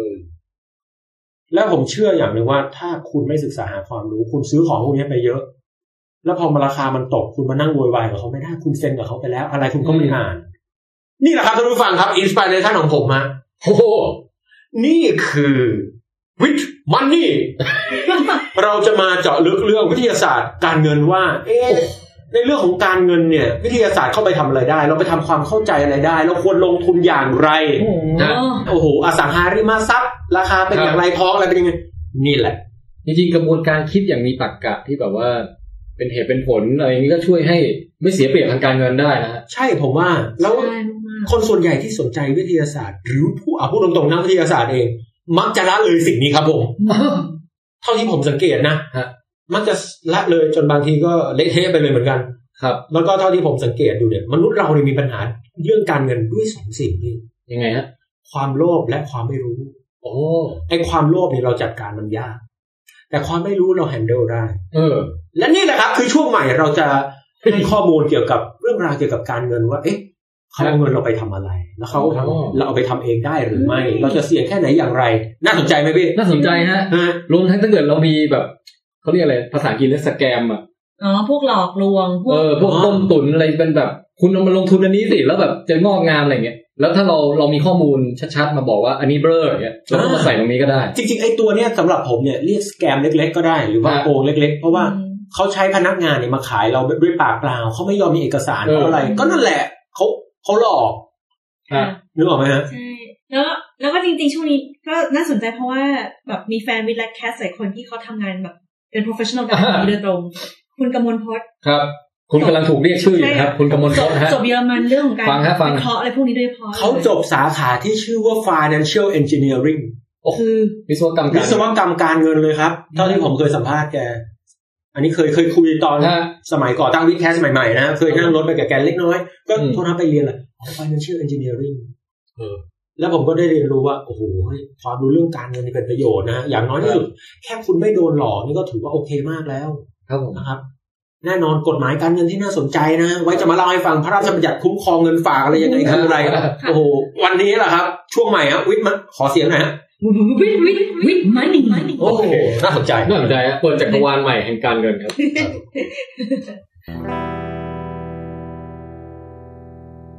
แล้วผมเชื่ออย่างนึงว่าถ้าคุณไม่ศึกษาหาความรู้คุณซื้อของพวกนี้ไปเยอะแล้วพอราคามันตกคุณมานั่งโวยวายกับเขาไม่ได้คุณเซ็นกับเขาไปแล้วอะไรคุณก็ไม่อ่านนี่แหละครับท่านผู้ฟังครับอินสปิเรชันของผมฮะโอ้โหนี่คือวิทมันนี่ เราจะมาเจาะลึกเรื่องวิทยาศาสตร์การเงินว่าในเรื่องของการเงินเนี่ยวิทยาศาสตร์เข้าไปทำอะไรได้เราไปทำความเข้าใจอะไรได้เราควรลงทุนอย่างไรนะโอ้โหอสังหาริมทรัพย์ราคาเป็นอย่างไรทองอะไรเป็นยังไงนี่แหละจริงๆกระบวนการคิดอย่างมีตรรกะที่แบบว่าเป็นเหตุเป็นผลอะไรอย่างนี้ก็ช่วยให้ไม่เสียเปรียบทางการเงินได้นะใช่ผมว่าแล้วคนส่วนใหญ่ที่สนใจวิทยาศาสตร์หรือพูดตรงๆนักวิทยาศาสตร์เองมักจะละเลยสิ่งนี้ครับผมเท่าที่ผมสังเกตนะมักจะละเลยจนบางทีก็เละเทะไปเลยเหมือนกันครับแล้วก็เท่าที่ผมสังเกตดูเนี่ยมนุษย์เราเนี่ยมีปัญหาเรื่องการเงินด้วย2สิ่งนี่ยังไงฮะความโลภและความไม่รู้ไอ้ความโลภเนี่ยเราจัดการมันยากแต่ความไม่รู้เราแฮนเดิลได้และนี่แหละครับคือช่วงใหม่เราจะให้ข้อมูลเกี่ยวกับเรื่องราวเกี่ยวกับการเงินว่าเขาเอาเงินเราไปทำอะไรแล้วเขาเราเอาไปทำเองได้หรือไม่เราจะเสี่ยงแค่ไหนอย่างไรน่าสนใจไหมพี่น่าสนใจฮะรวมทั้งถ้าเกิดเรามีแบบเขาเรียกอะไรภาษาอังกฤษเรียกสแกมพวกหลอกลวงพวกต้มตุ๋นอะไรเป็นแบบคุณเอามาลงทุนอันนี้สิแล้วแบบจะงอกงามอะไรเงี้ยแล้วถ้าเรามีข้อมูลชัดๆมาบอกว่าอันนี้เบลออย่างเงี้ยเราก็มาใส่ตรงนี้ก็ได้จริงๆไอ้ตัวเนี้ยสำหรับผมเนี่ยเรียกสแกมเล็กๆก็ได้หรือว่าโกงเล็กๆเพราะว่าเขาใช้พนักงานเนี่ยมาขายเราด้วยปากเปล่าเขาไม่ยอมมีเอกสารเพราะอะไรก็นั่นแหละเขาหลอกนึกออกไหมฮะใช่แล้วก็จริงๆช่วงนี้ก็น่าสนใจเพราะว่าแบบมีแฟนวิดแลกแคสหลายคนที่เขาทำงานแบบเป็น professional แบบนี้โดยตรงคุณกมลพจน์ครับคุณกำลังถูกเรียกชื่ออยู่ครับคุณกมลพจน์ฮะจบเยอรมันเรื่องของการวิเคราะห์อะไรพวกนี้โดยเฉพาะเขาจบสาขาที่ชื่อว่า financial engineering คือวิศวกรรมการเงินเลยครับเท่าที่ผมเคยสัมภาษณ์แกอันนี้เคยคุยตอนสมัยก่อตั้งวิดแคสใหม่ๆนะเคยนั่งรถไปกับแกเล็กน้อยก็โทรไปเรียนแหละ financial engineering แล้วผมก็ได้เรียนรู้ว่าโอ้โหความรู้เรื่องการเงินนี่เป็นประโยชน์นะอย่างน้อยที่สุดแค่คุณไม่โดนหลอกนี่ก็ถือว่าโอเคมากแล้วครับผมนะครับแน่นอนกฎหมายการเงินที่น่าสนใจนะไว้จะมาเล่าให้ฟังพระราชบัญญัติคุ้มครองเงินฝากอะไรยังไงคืออะไรโอ้โหวันนี้แหละครับช่วงใหม่วิทย์มันขอเสียงหน่อยฮะวิทย์มันนี่โอ้โหน่าสนใจเปิดจักรวาลใหม่แห่งการเงินครับ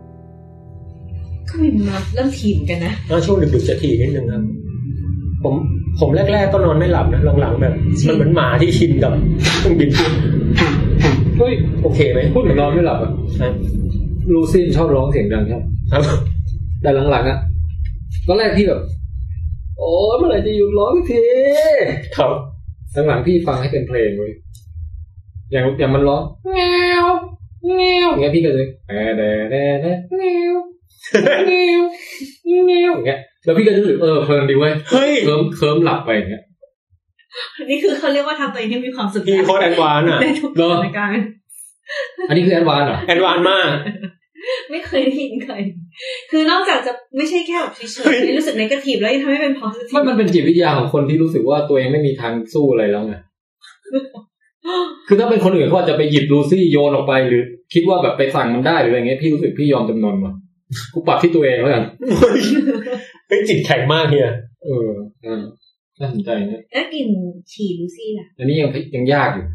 มินมาเริ่มถี่เหมือนกันนะช่วงดึกๆจะถี่นิดนึงครับผมแรกๆก็นอนไม่หลับนะหลังๆแบบมันเหมือนหมาที่ชินกับเครื่องบินเฮ้ยโอเคไหมพูดเหมือนนอนไม่หลับอ่ะลูซี่ชอบร้องเสียงดังครับแต่หลังๆอ่ะตอนแรกพี่แบบโอ้เมื่อไหร่จะหยุดร้องทีครับหลังๆพี่ฟังให้เป็นเพลงเลยอย่างมันร้องแงวแงวอย่างเงี้ยพี่ก็เลยแงวแงวแงวแงวอย่างเงี้ยแล้วพี่ก็รู้สึกเพลินดีเว้ยเคิมหลับไปอย่างเงี้ยนี่คือเขาเรียกว่าทำตัวเองให้มีความสุขพี่โคตรแอดวานซ์อ่ะในทุกสถานการณ์อันนี้คือแอดวานซ์เหรอแอดวานซ์มากไม่เคยได้ยินใครคือนอกจากจะไม่ใช่แค่แบบเฉยๆรู้สึกเนกาทีฟแล้วยังทำให้เป็น positive มันเป็นจิตวิทยาของคนที่รู้สึกว่าตัวเองไม่มีทางสู้อะไรแล้วไงคือถ้าเป็นคนอื่นเขาอาจจะไปหยิบลูซี่โยนออกไปหรือคิดว่าแบบไปสั่งมันได้หรืออะไรเงี้ยพี่รู้สึกพี่ยอมจำนนว่ะกูปรับที่ตัวเองแล้วกันเฮ้ยจิตแข็งมากเฮียน่าสนใจนะแล้วกินฉี่ลูซี่ล่ะอันนี้ยังยากอยู่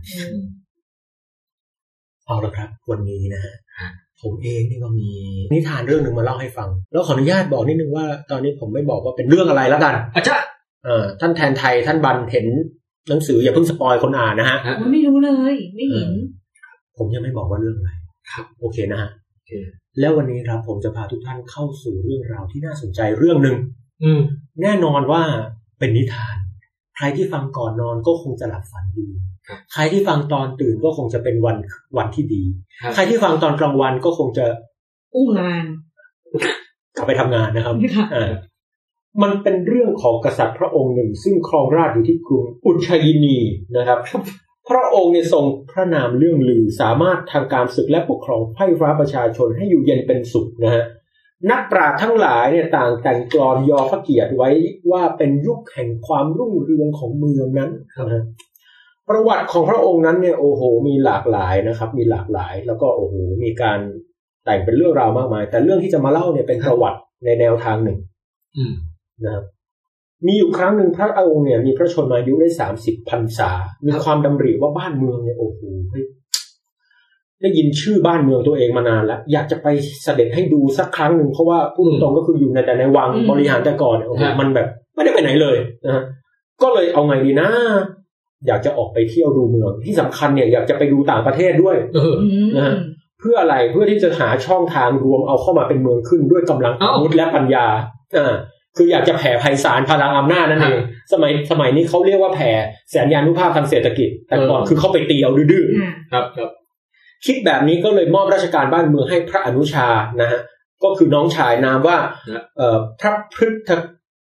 เอาละครับวันนี้นะฮะผมเองนี่ก็มีนิทานเรื่องนึงมาเล่าให้ฟังแล้วขออนุญาตบอกนิดนึงว่าตอนนี้ผมไม่บอกว่าเป็นเรื่องอะไรแล้วกันอาจารย์ท่านแทนไทยท่านบันเห็นหนังสืออย่าเพิ่งสปอยคนอ่านนะฮะไม่รู้เลยไม่เห็นผมยังไม่บอกว่าเรื่องอะไรครับโอเคนะฮะแล้ววันนี้ครับผมจะพาทุกท่านเข้าสู่เรื่องราวที่น่าสนใจเรื่องนึงแน่นอนว่าเป็นนิทานใครที่ฟังก่อนนอนก็คงจะหลับฝันดีใครที่ฟังตอนตื่นก็คงจะเป็นวันที่ดีใครที่ฟังตอนกลางวันก็คงจะอู้งานกลับไปทำงานนะครับมันเป็นเรื่องของกษัตริย์พระองค์หนึ่งซึ่งครองราชอยู่ที่กรุงอุชัยนีนะครับพระองค์เนี่ยทรงพระนามเรื่องลือสามารถทางการศึกและปกครองไพร่ฟ้าประชาชนให้อยู่เย็นเป็นสุขนะฮะนักปราชญ์ทั้งหลายเนี่ยต่างแต่งกลอนยอพระเกียรติไว้ว่าเป็นยุคแห่งความรุ่งเรืองของเมืองนั้นนะประวัติของพระองค์นั้นเนี่ยโอ้โหมีหลากหลายนะครับมีหลากหลายแล้วก็โอ้โหมีการแต่งเป็นเรื่องราวมากมายแต่เรื่องที่จะมาเล่าเนี่ยเป็นประวัติในแนวทางหนึ่งนะครับมีอยู่ครั้งหนึ่งพระองค์เนี่ยมีพระชนมายุได้30 พรรษามีความดำริว่าบ้านเมืองเนี่ยโอ้โหได้ยินชื่อบ้านเมืองตัวเองมานานแล้วอยากจะไปเสด็จให้ดูสักครั้งหนึ่งเพราะว่าพูดตรงๆก็คืออยู่แต่ในวังบริหารแต่ก่อนเนี่ยโอ้โหมันแบบไม่ได้ไปไหนเลยนะฮะก็เลยเอาไงดีนะอยากจะออกไปเที่ยวดูเมืองที่สำคัญเนี่ยอยากจะไปดูต่างประเทศด้วยนะฮะเพื่ออะไรเพื่อที่จะหาช่องทางรวมเอาเข้ามาเป็นเมืองขึ้นด้วยกำลังอาวุธและปัญญาคืออยากจะแผ่ไพศาลพลังอำนาจนั่นเองสมัยนี้เขาเรียกว่าแผ่แสนยานุภาพทางเศรษฐกิจแต่ก่อนคือเข้าไปตีเอาดื้อๆครับคิดแบบนี้ก็เลยมอบราชการบ้านเมืองให้พระอนุชานะฮะก็คือน้องชายนามว่าพระพฤทธ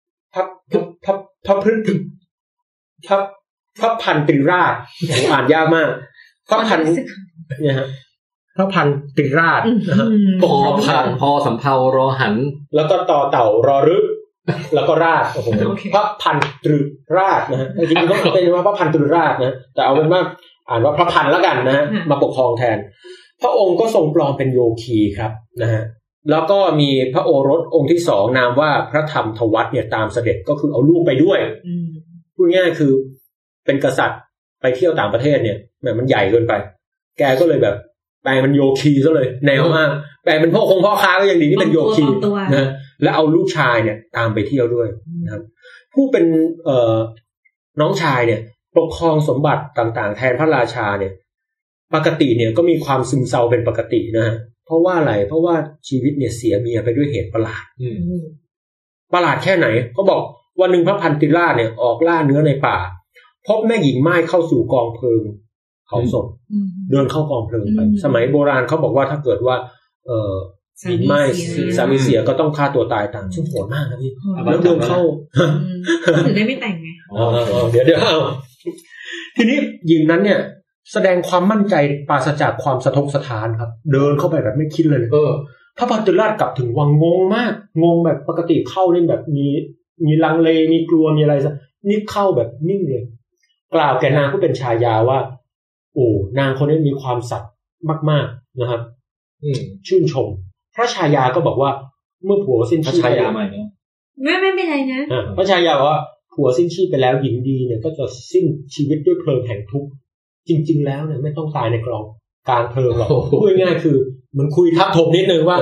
พระพันตรีราชอ่านยากมากพระพันเนี่ยฮะพระพันตรีราชพอสำเภารอหันแล้วก็ต่อเต่ารอรึแล้วก็ราชโอ้โหพระพันตรีราชนะฮะจริงๆต้องเป็นว่าพระพันตรีราชนะแต่เอาเป็นว่าอ่านว่าพระพันแล้วกันนะมาปกครองแทนพระองค์ก็ทรงปลอมเป็นโยคีครับนะฮะแล้วก็มีพระโอรสองค์ที่2นามว่าพระธรรมทวัตเนี่ยตามเสด็จก็คือเอาลูกไปด้วยพูดง่ายคือเป็นกษัตริย์ไปเที่ยวต่างประเทศเนี่ยแบบมันใหญ่เกินไปแกก็เลยแบบแปลงเป็นโยคีซะเลยแนวมากแปลงเป็นพ่อค้าก็ยังดีที่เป็นโยคีนะแล้วเอาลูกชายเนี่ยตามไปเที่ยวด้วยนะครับผู้เป็นน้องชายเนี่ยปกครองสมบัติต่างๆแทนพระราชาเนี่ยปกติเนี่ยก็มีความซึมเศร้าเป็นปกตินะเพราะว่าอะไรเพราะว่าชีวิตเนี่ยเสียเมียไปด้วยเหตุประหลาดประหลาดแค่ไหนเขาบอกวันหนึ่งพระพันตรีราชเนี่ยออกล่าเนื้อในป่าพบแม่หญิงม่ายเข้าสู่กองเพลิงเผาศพเดินเข้ากองเพลิงไปสมัยโบราณเขาบอกว่าถ้าเกิดว่าหญิงม่ายสามีเสียก็ต้องฆ่าตัวตายตามซึ่งโหดมากนะพี่แล้วเดินเข้าถึงได้ไม่แต่งไงเดี๋ยวเอาทีนี้หญิงนั้นเนี่ยแสดงความมั่นใจปราศจากความสะทกสะท้านครับเดินเข้าไปแบบไม่คิดเลยพระพันตรีราชกลับถึงวังงงมากงงแบบปกติเข้าเล่นแบบมีลังเลมีกลัวมีอะไรซะนี่เข้าแบบนิ่งเลยกล่าวแก่นางผู้เป็นชายาว่าโอ้นางคนนี้มีความสัตย์มากๆนะครับชื่นชมพระชายาก็บอกว่าเมื่อผัวสิ้นชีพพระชายาใหม่เนี่ยไม่เป็นไรนะพระชายาบอกว่าผัวสิ้นชีพไปแล้วหญิงดีเนี่ยก็จะสิ้นชีวิตด้วยเพลิงแห่งทุกข์จริงๆแล้วเนี่ยไม่ต้องตายในกลางเพลิงหรอกพูดง่ายๆคือมันคุยทับถมนิดนึงว่า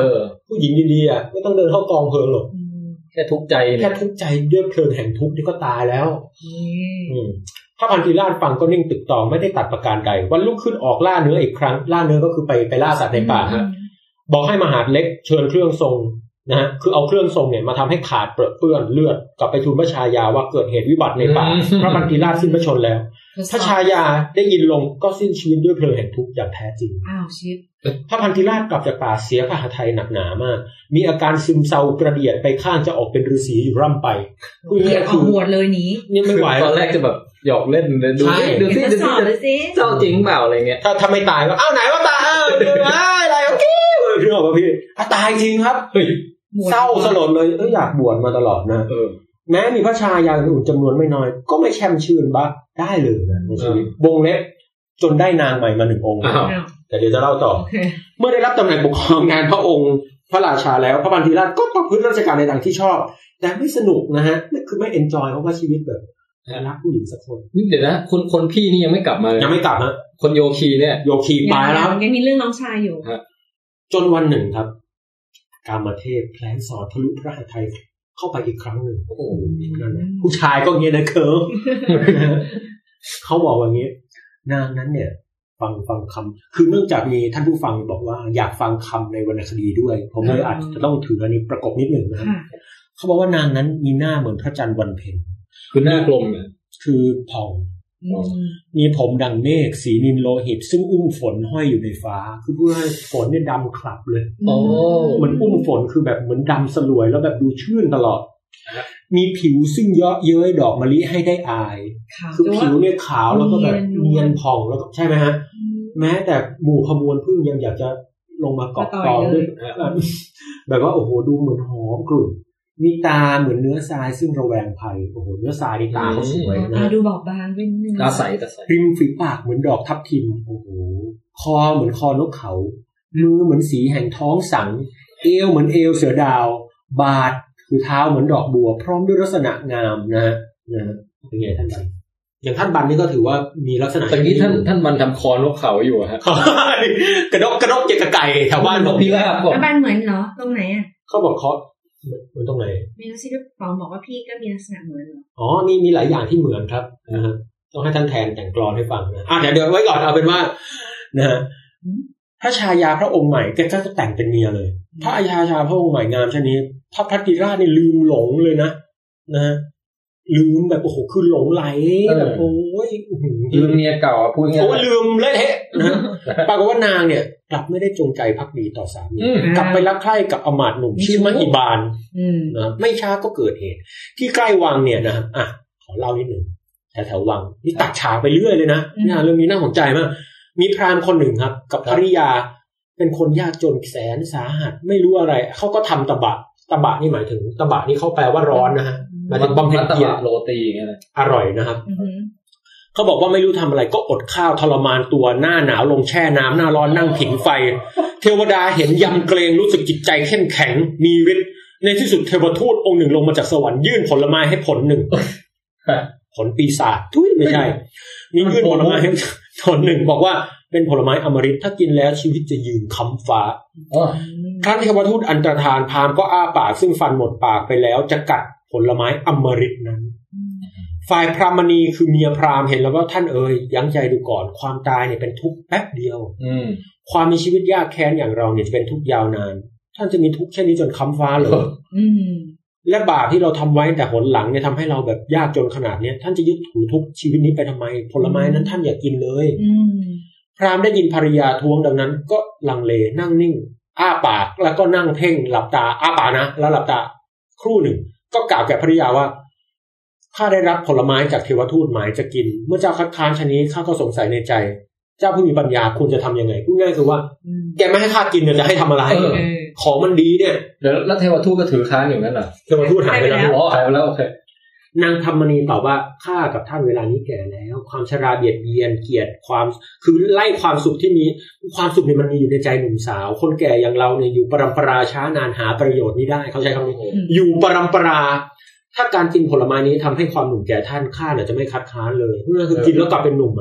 ผู้หญิงดีๆไม่ต้องเดินเข้ากองเพลิงหรอกแค่ทุกข์ใจแค่ทุกข์ใจด้วยเพลิงแห่งทุกข์นี่ก็ตายแล้วพระพันธีราชฟังก็นิ่งตึกตองไม่ได้ตัดประการใดวันรุ่งขึ้นออกล่าเนื้ออีกครั้งล่าเนื้อก็คือไปล่าสัตว์ในป่าฮะบอกให้มหาดเล็กเชิญเครื่องทรงนะฮะคือเอาเครื่องทรงเนี่ยมาทำให้ขาดเปื้อนเลือดกลับไปทูลพระชายาว่าเกิดเหตุวิบัติในป่าพระพันธีราชสิ้นพระชนแล้วพระชายาได้ยินลงก็สิ้นชีวิตด้วยเพลิงแห่งทุกข์อย่างแท้จริงอ้าวชิบพระพันธีราชกลับจากป่าเสียพระหทัยหนักหนามากมีอาการซึมเศร้ากระเดียดไปข้างจะออกเป็นฤาษีอยู่ร่ำไปพูดง่ายๆคือบวชเลยนี้นี่ไม่ไหวตอนแรกจะแบบหยอกเล่นดูสิเจ้าจริงเปล่าอะไรเงี้ยถ้าไม่ตายก็อ้าวไหนว่าตายอะไรโอเคพี่บอกว่าพี่ตายจริงครับเศร้าสลดเลยอยากบวชมาตลอดนะแม้มีพระชายาอื่นจำนวนไม่น้อยก็ไม่แช่มชื่นบ้าได้เลยนะในชีวิตวงเล็บจนได้นางใหม่มา1 องค์แต่เดี๋ยวจะเล่าต่อเมื่อได้รับตำแหน่งปกครองงานพระองค์พระราชาแล้วพระพันธีราชก็ประพฤติราชการในทางที่ชอบแต่ไม่สนุกนะฮะนี่คือไม่เอนจอยเพราะว่าชีวิตแบบรักผู้หญิงสักคนนี่เดี๋ยวนะคนพี่นี่ยังไม่กลับมาเลยยังไม่กลับฮะคนโยคีเนี่ยโยคีไปแล้วยังมีเรื่องน้องชายอยู่จนวันหนึ่งครับกามเทพแผลงสอนทะลุพระหทัยเข้าไปอีกครั้งหนึ่งโอ้โหนั่นนะผู้ชายก็เงี้ยนะเคิร์ฟเขาบอกว่างี้นางนั้นเนี่ยฟังคำคือเนื่องจากมีท่านผู้ฟังบอกว่าอยากฟังคำในวรรณคดีด้วยผมเลยอาจจะต้องถืออันนี้ประกบนิดหนึ่งนะครับเขาบอกว่านางนั้นมีหน้าเหมือนพระจันทร์วันเพ็ญคือหน้ากลมเนี่ยคือผ่องมีผมดังเมฆสีนิลโลหิตซึ่งอุ้มฝนห้อยอยู่ในฟ้าคือเพื่อให้ฝนเนี่ยดำคลับเลยเหมือนอุ้มฝนคือแบบเหมือนดำสลวยแล้วแบบดูชื่นตลอดมีผิวซึ่งเยาะเย้ยดอกมะลิให้ได้อายคือผิวเนี่ยขาวแล้วก็แบบเนียนผ่องแล้วก็ใช่ไหมฮะแม้แต่หมู่ขมวลพึ่งยังอยากจะลงมาเกาะตอด้วยแบบว่าโอ้โหดูเหมือนหอมกลุ่นมีตาเหมือนเนื้อทรายซึ่งระแวงภัยโอ้โหเนื้อทรายในตาเขาสวยนะดูบอบบางด้วยนึงตาใสริมฝีปากเหมือนดอกทับทิมโอ้โหคอเหมือนคอนกเขามือเหมือนสีแห่งท้องสังเอวเหมือนเอวเสือดาวบาทคือเท้าเหมือนดอกบัวพร้อมด้วยลักษณะงามนะเป็นไงท่านบันอย่างท่านบันนี่ก็ถือว่ามีลักษณะตอนนี้ท่านบันทำคอนกเขาอยู่ฮะกระดกเจกไก่แถวบ้านนกพิราบบอกบันเหมือนเหรอตรงไหนอ่ะเขาบอกเขาเหมือนตรงไหนไม่รู้สิก็ปองบอกว่าพี่ก็มีลักษณะเหมือนเหรออ๋อมีหลายอย่างที่เหมือนครับนะฮะต้องให้ท่านแทนแต่งกลอนให้ฟังนะเดี๋ยวไว้ก่อนเอาเป็นว่านะฮะพระชายาพระองค์ใหม่แกก็แต่งเป็นเมียเลยพระชายาพระองค์ใหม่งามเช่นนี้พระพัทธิราชนี่ลืมหลงเลยนะลืมแบบโอ้โหคือหลงไหลแบบโอ้ยลืมเมียเก่าพูดง่ายโอ้ลืมเละเทะนะปรากฏว่านางเนี่ยกลับไม่ได้จงใจภักดีต่อสามีกลับไปรักใคร่กับอมาตย์หนุ่มชื่อมหิบาลนะไม่ช้าก็เกิดเหตุที่ใกล้วังเนี่ยนะขอเล่านิดหนึ่งแถววังนี่ตัดฉากไปเรื่อยเลยนะเรื่องนี้น่าสนใจมากมีพราหมณ์คนหนึ่งครับกับภริยาเป็นคนยากจนแสนสาหัสไม่รู้อะไรเขาก็ทำตบะนี่หมายถึงตบะนี่เขาแปลว่าร้อนนะฮะหมายถึงบำเพ็ญเพียรโรตีไงอร่อยนะครับเขาบอกว่าไม่รู้ทำอะไรก็อดข้าวทรมานตัวหน้าหนาวลงแช่น้ำหน้าร้อนนั่งผิงไฟเทวดาเห็นยำเกรงรู้สึกจิตใจเข้มแข็งมีฤทธิ์ในที่สุดเทวทูตองค์หนึ่งลงมาจากสวรรค์ยื่นผลไม้ให้ผลหนึ่งผลปีศาจไม่ใช่มียื่นผลไม้ให้ผลหนึ่งบอกว่าเป็นผลไม้อมฤตถ้ากินแล้วชีวิตจะยืนค้ำฟ้าครั้นเทวทูตอันตรธานพราหมณ์ก็อ้าปากซึ่งฟันหมดปากไปแล้วจะกัดผลไม้อมฤตนั้นฝ่ายพรามณีคือเมียพราหมณ์เห็นแล้วว่าท่านยั้งใจดูก่อนความตายเนี่ยเป็นทุกข์แป๊บเดียวความมีชีวิตยากแค้นอย่างเราเนี่ยจะเป็นทุกข์ยาวนานท่านจะมีทุกข์แค่นี้จนค้ำฟ้าเลยและบาปที่เราทำไว้แต่หนหลังเนี่ยทำให้เราแบบยากจนขนาดนี้ท่านจะยึดถือทุกชีวิตนี้ไปทำไมผลไม้นั้นท่านอย่ากินเลยพราหมณ์ได้ยินภริยาท้วงดังนั้นก็ลังเลนั่งนิ่งอ้าปากแล้วก็นั่งเพ่งหลับตาอ้าปากนะแล้วหลับตาครู่หนึ่งก็กล่าวแก่ภริยาว่าข้าได้รับผลไม้จากเทวทูตหมายจะกินเมื่อเจ้าคัดค้านชนี้ข้าก็สงสัยในใจเจ้าผู้มีปัญญาคุณจะทำยังไงพูดง่ายคือว่าแกไม่ให้ข้ากินจะให้ทำอะไรของมันดีเนี่ยแล้วเทวทูตก็ถือค้างอย่างนั้นเหรอเทวทูตหายไปแล้วหายไปแล้วโอเคนางธรรมณีตอบว่าข้ากับท่านเวลานี้แก่แล้วความชราเบียดเบียนเกียรติความคือไล่ความสุขที่มีความสุขเนี่ยมันมีอยู่ในใจหนุ่มสาวคนแก่อย่างเราเนี่ยอยู่ปรัมปราช้านานหาประโยชน์นี้ได้เขาใช้คำนี้อยู่ปรัมปราถ้าการกินผลไม้นี้ทำให้ความหนุ่มแก่ท่านข้าเนี่ยจะไม่คัดค้านเลยนั่นคือกินแล้วกลับเป็นหนุ่มอ่ะ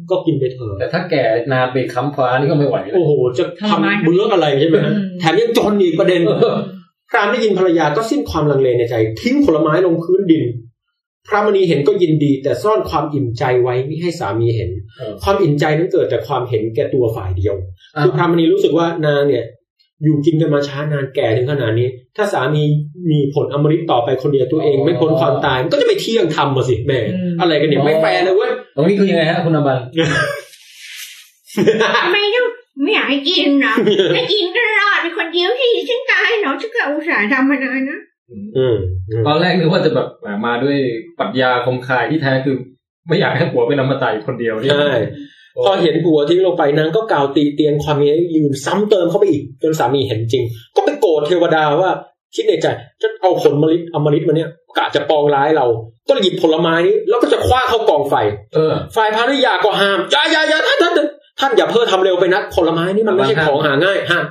ก็กินไปเถอะแต่ถ้าแก่นานไปค้ำฟ้านี่ก็ไม่ไหวโอ้โหจะทำเบื้องอะไรใช่ไหมแถมยังจนอีกประเด็นพราหมณ์ได้ยินภรรยาก็สิ้นความลังเลในใจทิ้งผลไม้ลงพื้นดินพระมณีเห็นก็ยินดีแต่ซ่อนความอิ่มใจไว้ไม่ให้สามีเห็นความอิ่มใจนั้นเกิดจากความเห็นแก่ตัวฝ่ายเดียวคือพระมณีรู้สึกว่านางเนี่ยอยู่กินกันมาช้านานแก่ถึงขนาดนี้ถ้าสามีมีผลอมฤตต่อไปคนเดียวตัวเองไม่พ้นความตายมันก็จะไปเที่ยงทำมาสิแม่อะไรกันเนี่ยไม่แฟร์เลยเว้ยตรงนี้คือยังไงฮะคุณอบันไม่ต้องไม่อยากให้กินนะถ้ากินก็รอดเป็นคนเดียวที่ฉันตายเนาะฉันก็อุตส่าห์ทำมานานนะตอนแรกนึกว่าจะแบบมาด้วยปรัชญาคมคายที่แท้คือไม่อยากให้ผัวเป็นอมตะคนเดียวใช่พอเห็นผัวทิ้งลงไปนางก็กล่าวตีเตียนความนี้ยืนซ้ำเติมเข้าไปอีกจนสามีเห็นจริงก็ไปโกรธเทวดาว่าคิดในใจจะเอาผลอมฤตมาเนี่ยกะจะปองร้ายเราก็หยิบผลไม้นี้แล้วก็จะคว้าเข้ากองไฟฝ่ายภรรยาก็ห้ามอย่าท่านอย่าเพิ่งทำเร็วไปนักผลไม้นี่มันไม่ใช่ของหาง่ายห้าม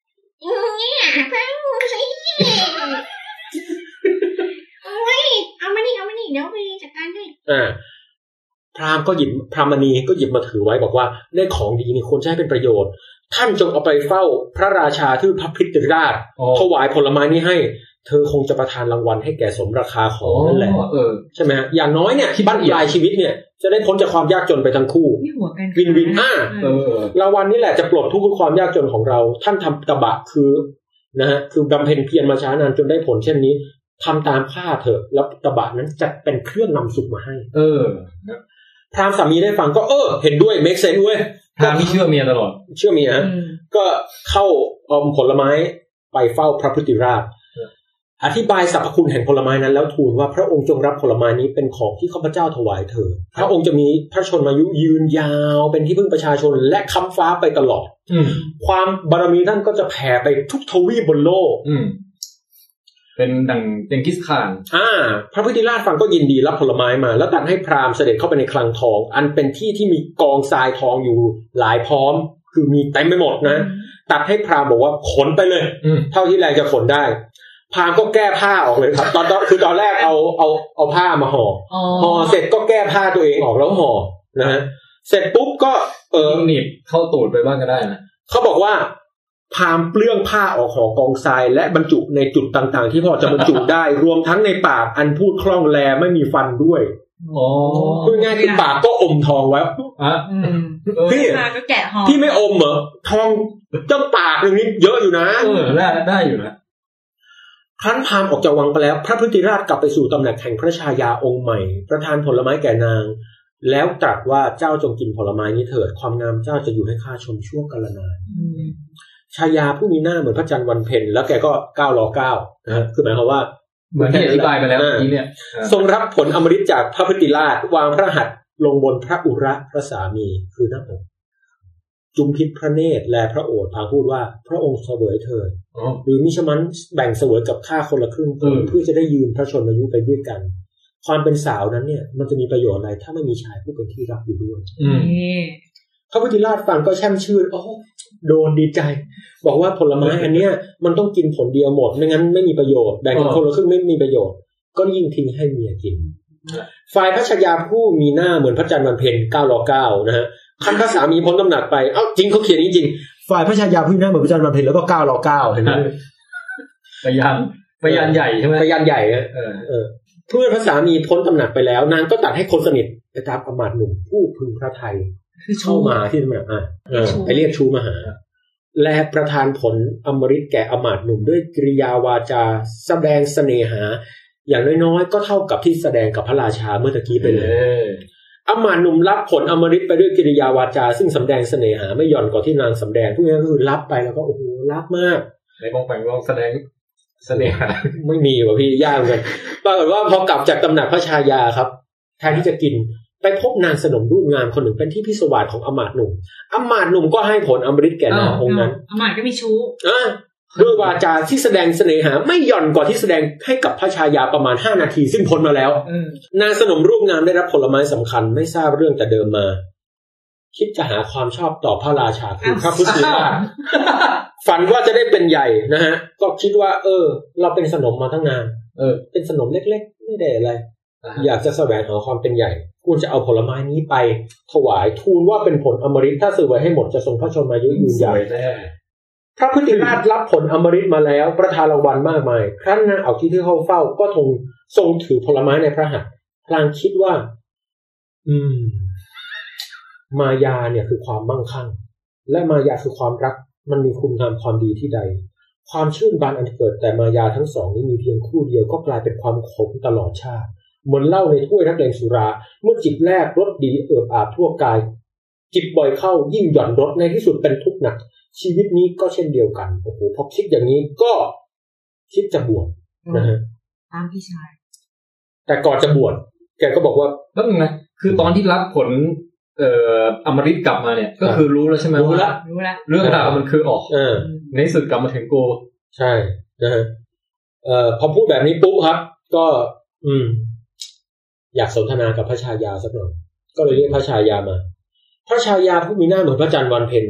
เอามานี่เดี๋ยวไปจัดการให้พราหมณ์ก็หยิบพรามณีก็หยิบมาถือไว้บอกว่าได้ของดีนี่ควรใช้เป็นประโยชน์ท่านจงเอาไปเฝ้าพระราชาที่พระพิตรราชถวายผลไม้นี้ให้เธอคงจะประทานรางวัลให้แก่สมราคาของนั่นแหละใช่ไหมอย่างน้อยเนี่ยบั้นปลายชีวิตเนี่ยจะได้พ้นจากความยากจนไปทั้งคู่วินรางวัลนี่แหละจะปลดทุกข์ความยากจนของเราท่านทำตบะคือนะฮะคือบำเพ็ญเพียรมาช้านานจนได้ผลเช่นนี้ทำตามข้าเถอะแล้วตบะนั้นจะเป็นเครื่องนำสุขมาให้พราหมณ์สามีได้ฟังก็เห็นด้วยเมคเซนส์เว้ยพราหมณ์นี่เชื่อเมียตลอดเชื่อเมียก็เข้าเอาผลไม้ไปเฝ้าพระพุทธราชอธิบายสรรพคุณแห่งผลไม้นั้นแล้วทูลว่าพระองค์จงรับผลไม้นี้เป็นของที่ข้าพเจ้าถวายเถิดพระองค์จะมีพระชนมายุยืนยาวเป็นที่พึ่งประชาชนและค้ำฟ้าไปตลอดความบารมีท่านก็จะแผ่ไปทุกทวีปบนโลกเป็นดังเจงกิสข่านพระพุทธราชฟังก็ยินดีรับผลไม้มาแล้วตัดให้พราหมณ์เสด็จเข้าไปในคลังทองอันเป็นที่ที่มีกองทรายทองอยู่หลายพร้อมคือมีเต็มไปหมดนะตัดให้พราหมณ์บอกว่าขนไปเลยเท่าที่แรงจะขนได้พราหมณ์ก็แก้ผ้าออกเลยครับตอนแรกเอาผ้ามาห่อเสร็จก็แก้ผ้าตัวเองออกแล้วห่อนะฮะเสร็จปุ๊บก็หนีบเข้าตูดไปบ้างก็ได้นะเขาบอกว่าพราหมณ์เปลื้องผ้าออกห่อกองทรายและบรรจุในจุดต่างๆที่พอจะบรรจุได้รวมทั้งในปากอันพูดคล่องแลไม่มีฟันด้วยพูดง่ายคือปากก็อมทองไว้พี่ไม่อมเหรอทองจ้าปากตรงนี้เยอะอยู่นะได้อยู่นะครั้นพราหมณ์ออกจากวังไปแล้วพระพุทธราชกลับไปสู่ตำแหน่งแห่งพระชายาองค์ใหม่ประทานผลไม้แก่นางแล้วตรัสว่าเจ้าจงกินผลไม้นี้เถิดความงามเจ้าจะอยู่ให้ข้าชมชั่วกาลนานชายาผู้มีหน้าเหมือนพระจันทร์วันเพ็ญแล้วแกก็9 รอ 9นะคือหมายความว่าเหมือนที่อธิบายไปแล้วนี้เนี่ยทรงรับผลอมฤตจากพระพุทธราชวางพระหัตถ์ลงบนพระอุระพระสามีคือหน้าอกจุมพิษพระเนตรแลพระโอษฐ์พาพูดว่าพระองค์เสวยเถิดหรือมิฉะนั้นแบ่งเสวยกับข้าคนละครึ่งเพื่อจะได้ยืนพระชนมายุไปด้วยกันความเป็นสาวนั้นเนี่ยมันจะมีประโยชน์อะไรถ้าไม่มีชายผู้เป็นที่รักอยู่ด้วยพระพุทธราชฟังก็แช่มชื่นโดนดีใจบอกว่าผลไม้อันเนี้ยมันต้องกินผลเดียวหมดไม่งั้นไม่มีประโยชน์แบ่งกันคนละครึ่งไม่มีประโยชน์ก็ยิ่งทิ้งให้เมียกินฝ่ายพระชายาผู้มีหน้าเหมือนพระจันทร์วันเพ็ญ9 รอ 9นะฮะคันพระสามีพ้นกำหนัดไปจริงเขาเขียนจริงๆฝ่ายพระชายาผู้มีหน้าเหมือนพระจันทร์วันเพ็ญแล้วก็9 รอ 9เห็นไหมพยานใหญ่ใช่ไหมพยานใหญ่เพื่อพระสามีพ้นกำหนัดไปแล้วนางก็ตัดให้คนสนิทไปตามอมาตย์หนุ่มผู้พึงพระทัยเข้ามาที่ตำหนักไปเรียกชูมาหาและประทานผลอมฤตแก่อมาตย์หนุ่มด้วยกิริยาวาจาแสดงเสน่หาอย่างน้อยๆก็เท่ากับที่แสดงกับพระราชาเมื่อตะกี้ไปเลยอมาตย์หนุ่มรับผลอมฤตไปด้วยกิริยาวาจาซึ่งสำแดงเสน่หาไม่หย่อนกว่าที่นางสำแดงพวกนี้ก็คือรับไปแล้วก็โอ้โหรับมากในมองแปลงลองแสดงเสน่หาไม่มีว่ะพี่ยากเหมือนกันปรากฏว่าพอกลับจากตำหนักพระชายาครับแทนที่จะกินไปพบนางสนมรูปงามคนหนึ่งเป็นที่พิศวาสของอมาตย์หนุ่มอมาตย์หนุ่มก็ให้ผลอมฤตแก่นางองค์นั้นอมาตย์ก็มีชู้ด้วยวาจาที่แสดงเสน่หาไม่หย่อนกว่าที่แสดงให้กับพระชายาประมาณ5 นาทีซึ่งพ้นมาแล้วนางสนมรูปงามได้รับผลไม้สำคัญไม่ทราบเรื่องแต่เดิมมาคิดจะหาความชอบต่อพระราชาคือพระพุทธราชฝันว่าจะได้เป็นใหญ่นะฮะก็คิดว่าเราเป็นสนมมาตั้งนานเป็นสนมเล็กๆไม่ได้อะไรอยากจะแสวงหาความเป็นใหญ่ควรจะเอาผลไม้นี้ไปถวายทูลว่าเป็นผลอมฤตถ้าซื้อไว้ให้หมดจะทรงพระชนมายุยืนยาวพระพุทธราชรับผลอมฤตมาแล้วประทานรางวัลมากมายครั้นนางเอาที่เข้าเฝ้าก็ทรงถือผลไม้ในพระหัตถ์พลางคิดว่ามายาเนี่ยคือความมั่งคั่งและมายาคือความรักมันมีคุณงามความดีที่ใดความชื่นบานอันเกิดแต่มายาทั้งสองนี้มีเพียงคู่เดียวก็กลายเป็นความขมตลอดชาติเหมือนเหล้าในถ้วยนักเลงสุราเมื่อจิบแรกรสดีเอิบอาบทั่วกายจิบบ่อยเข้ายิ่งหย่อนรสในที่สุดเป็นทุกข์หนักชีวิตนี้ก็เช่นเดียวกันโอ้โหพอคิดอย่างนี้ก็คิดจะบวชนะฮะตามพี่ชายแต่ก่อนจะบวชแกก็บอกว่าแล้วไงคือตอนที่รับผลอมฤตกลับมาเนี่ยก็คือรู้แล้วใช่ไหมรู้แล้วเรื่องราวมันคือออกในสุดกลับมาถึงโกใช่นะฮะพอพูดแบบนี้ปุ๊บครับก็อยากสนทนากับพระชายาสักหน่อยก็เลยเรียกพระชายามาพระชายาผู้มีหน้าเหมือนพระจันทร์วันเพ็ญ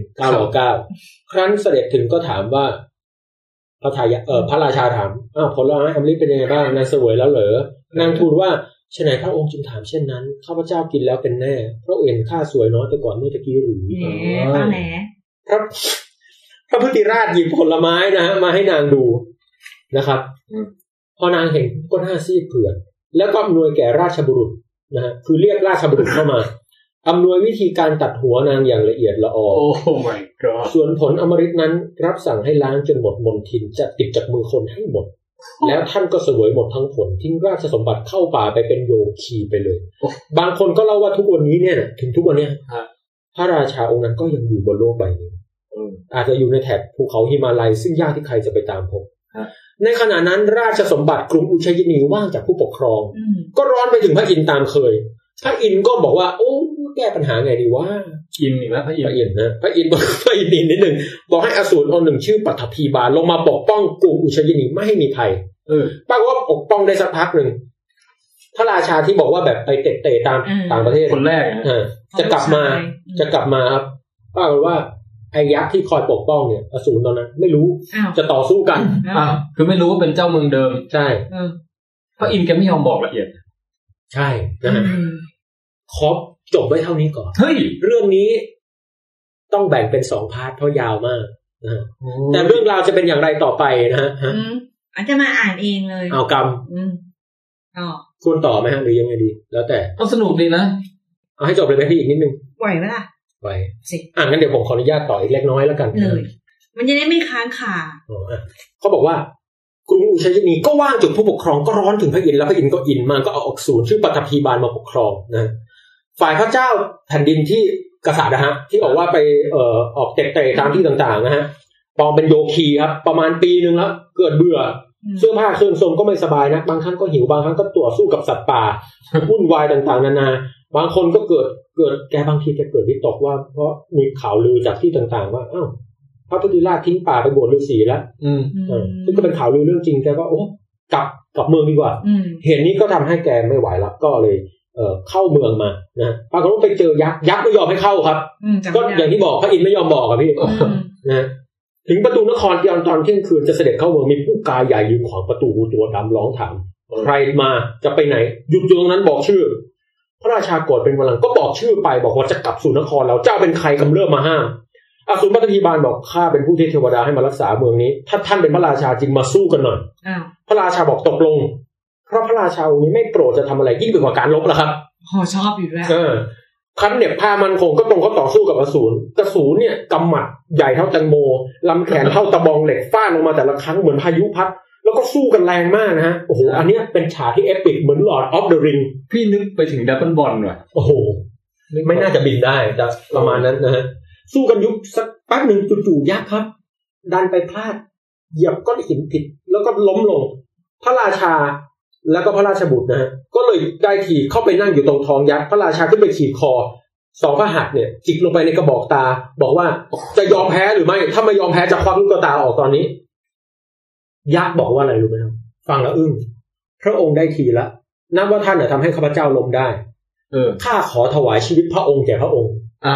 9/9ครั้นเสด็จถึงก็ถามว่าพระราชาถามผลไม้อมฤตเป็นยังไงบ้างนางเสวยแล้วเหรอนางทูลว่าฉะนั้นพระองค์จึงถามเช่นนั้นข้าพเจ้ากินแล้วเป็นแน่เพราะเห็นข้าสวยน้อยไปก่อนเมื่อตะกี้หรือป้าแหลพระพุทธราชหยิบผลไม้นะมาให้นางดูนะครับพอนางเห็นก็หน้าซีดเผือดแล้วก็อำนวยแก่ราชบุรุษนะฮะคือเรียกราชบุรุษเข้ามาอำนวยวิธีการตัดหัวนางอย่างละเอียดละออ Oh my god ส่วนผลอมฤตนั้นรับสั่งให้ล้างจนหมดมลทินจะติดจากมือคนให้หมดแล้วท่านก็เสวยหมดทั้งผลทิ้งราชสมบัติเข้าป่าไปเป็นโยคีไปเลยบางคนก็เล่าว่าทุกวันนี้เนี่ยถึงทุกวันนี้พระราชาองค์นั้นก็ยังอยู่บนโลกใบนี้อาจจะอยู่ในแถบภูเขาหิมาลัยซึ่งยากที่ใครจะไปตามพบในขณะนั้นราชสมบัติกรุงอุชยินีว่างจากผู้ปกครองก็ร้อนไปถึงพระอินทร์ตามเคยพระอินทร์ก็บอกว่าโอ้แก้ปัญหาไงดีวะอินอีกแล้วพระอินทร์นะพระอินทร์นิดนึงบอกให้อสูรคนหนึ่งชื่อปัทภีบาลลงมาปกป้องกรุงอุชยินีไม่ให้มีภัยปรากฏว่าปกป้องได้สักพักหนึ่งพระราชาที่บอกว่าแบบไปเตะตามต่างประเทศคนแรกจะกลับมาครับปรากฏว่าไอ้ยักษ์ที่คอยปกป้องเนี่ยอสูรตอนนั้นไม่รู้จะต่อสู้กันคือไม่รู้ว่าเป็นเจ้าเมืองเดิมใช่พระอินทร์แกไม่ยอมบอกละเอียดใช่นะฮะขอจบไว้เท่านี้ก่อนเฮ้ยเรื่องนี้ต้องแบ่งเป็น2พาร์ทเพราะยาวมากนะแต่เรื่องราวจะเป็นอย่างไรต่อไปนะฮะอาจจะมาอ่านเองเลยเอากรรมควรต่อไหมฮะหรือยังไงดีแล้วแต่ต้องสนุกดีนะเอาให้จบเลยไหมพี่อีกนิดนึงไหวไหมล่ะไหวงั้นเดี๋ยวผมขออนุญาตต่ออีกเล็กน้อยแล้วกันเลยมันจะได้ไม่ค้างคาเขาบอกว่ากรุงอุชยินีก็ว่างจนผู้ปกครองก็ร้อนถึงพระอินทร์แล้วพระอินทร์ก็อินมันก็เอาอักษรชื่อปัทภีบาลมาปกครองนะฝ่ายพระเจ้าแผ่นดินที่กษัตริย์นะฮะที่บอกว่าไปออกเตะตามที่ต่างๆนะฮะปองเป็นโยคีครับประมาณปีนึงแล้วเกิดเบื่อเสื้อผ้าเครื่องทรงก็ไม่สบายนะบางครั้งก็หิวบางครั้งก็ต่อสู้กับสัตว์ป่าวุ่นวายต่างๆนานาบางคนก็เกิดแกบางทีแกเกิดวิตกว่าเพราะมีข่าวลือจากที่ต่างๆว่าอ้าวพระพุทธราชทิ้งป่าไปบวชฤาษีแล้วซึ่งก็เป็นข่าวลือเรื่องจริงแกก็โอ้กลับเมืองดีกว่าเห็นนี้ก็ทำให้แกไม่ไหวแล้วก็เลยเข้าเมืองมานะปรากฏว่าไปเจอยักษ์ไม่ยอมให้เข้าครับก็อย่างที่บอกพระอินทร์ไม่ยอมบอกครับพี่นะถึงประตูนครตอนเที่ยงคืนจะเสด็จเข้าเมืองมีผู้กายใหญ่ยืนขวางประตูตัวดำร้องถามใครมาจะไปไหนหยุดอยู่ตรงนั้นบอกชื่อพระราชาโกรธเป็นวันหลังก็บอกชื่อไปบอกว่าจะกลับสู่นครแล้วเจ้าเป็นใครกำเริบมาห้ามอสูรปัทภีบาลบอกข้าเป็นผู้ที่เทวดาให้มารักษาเมืองนี้ถ้าท่านเป็นพระราชาจริงมาสู้กันหน่อยพระราชาบอกตกลงเพราะพระราชาองค์นี้ไม่โปรดจะทำอะไรยิ่งไปกว่าการลบแล้วครับชอบอยู่ด้วยคันเหน็บผ้ามันคงก็ตรงเขาต่อสู้กับอสูรกระสูรเนี่ยกำหมัดใหญ่เท่าแตงโมลำแขนเท่าตะบองเหล็กฟาดลงมาแต่ละครั้งเหมือนพายุพัดแล้วก็สู้กันแรงมากนะฮะโอ้โหอันนี้เป็นฉากที่เอปิกเหมือน Lord of the Ring พี่นึกไปถึงดับเบิลบอลว่ะโอ้โหไม่น่าจะบินได้แต่ประมาณนั้นนะฮะสู้กันยุบสักแป๊บนึงจู่ๆยักษ์ครับดันไปพลาดเหยียบก้อนหินผิดแล้วก็ล้มลงพระราชาแล้วก็พระราชบุตรนะฮะก็เลยได้ถีบเข้าไปนั่งอยู่ตรงท้องยักษ์พระราชาขึ้นไปขีดคอ2พระหัตถ์เนี่ยจิกลงไปในกระบอกตาบอกว่าจะยอมแพ้หรือไม่ถ้าไม่ยอมแพ้จะควักลูกตาออกตอนนี้ยักษ์บอกว่าอะไรรู้ไหมครับฟังแล้วอึ้งพระองค์ได้ทีละนับว่าท่านทำให้ข้าพเจ้าล้มได้ข้าขอถวายชีวิตพระองค์แก่พระองค์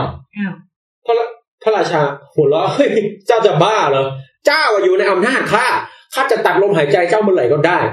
พระราชาหัวเราะเฮ้ยเจ้าจะบ้าเหรอเจ้าอยู่ในอำนาจข้าจะตัดลมหายใจเจ้าเมื่อไหร่ก็ได้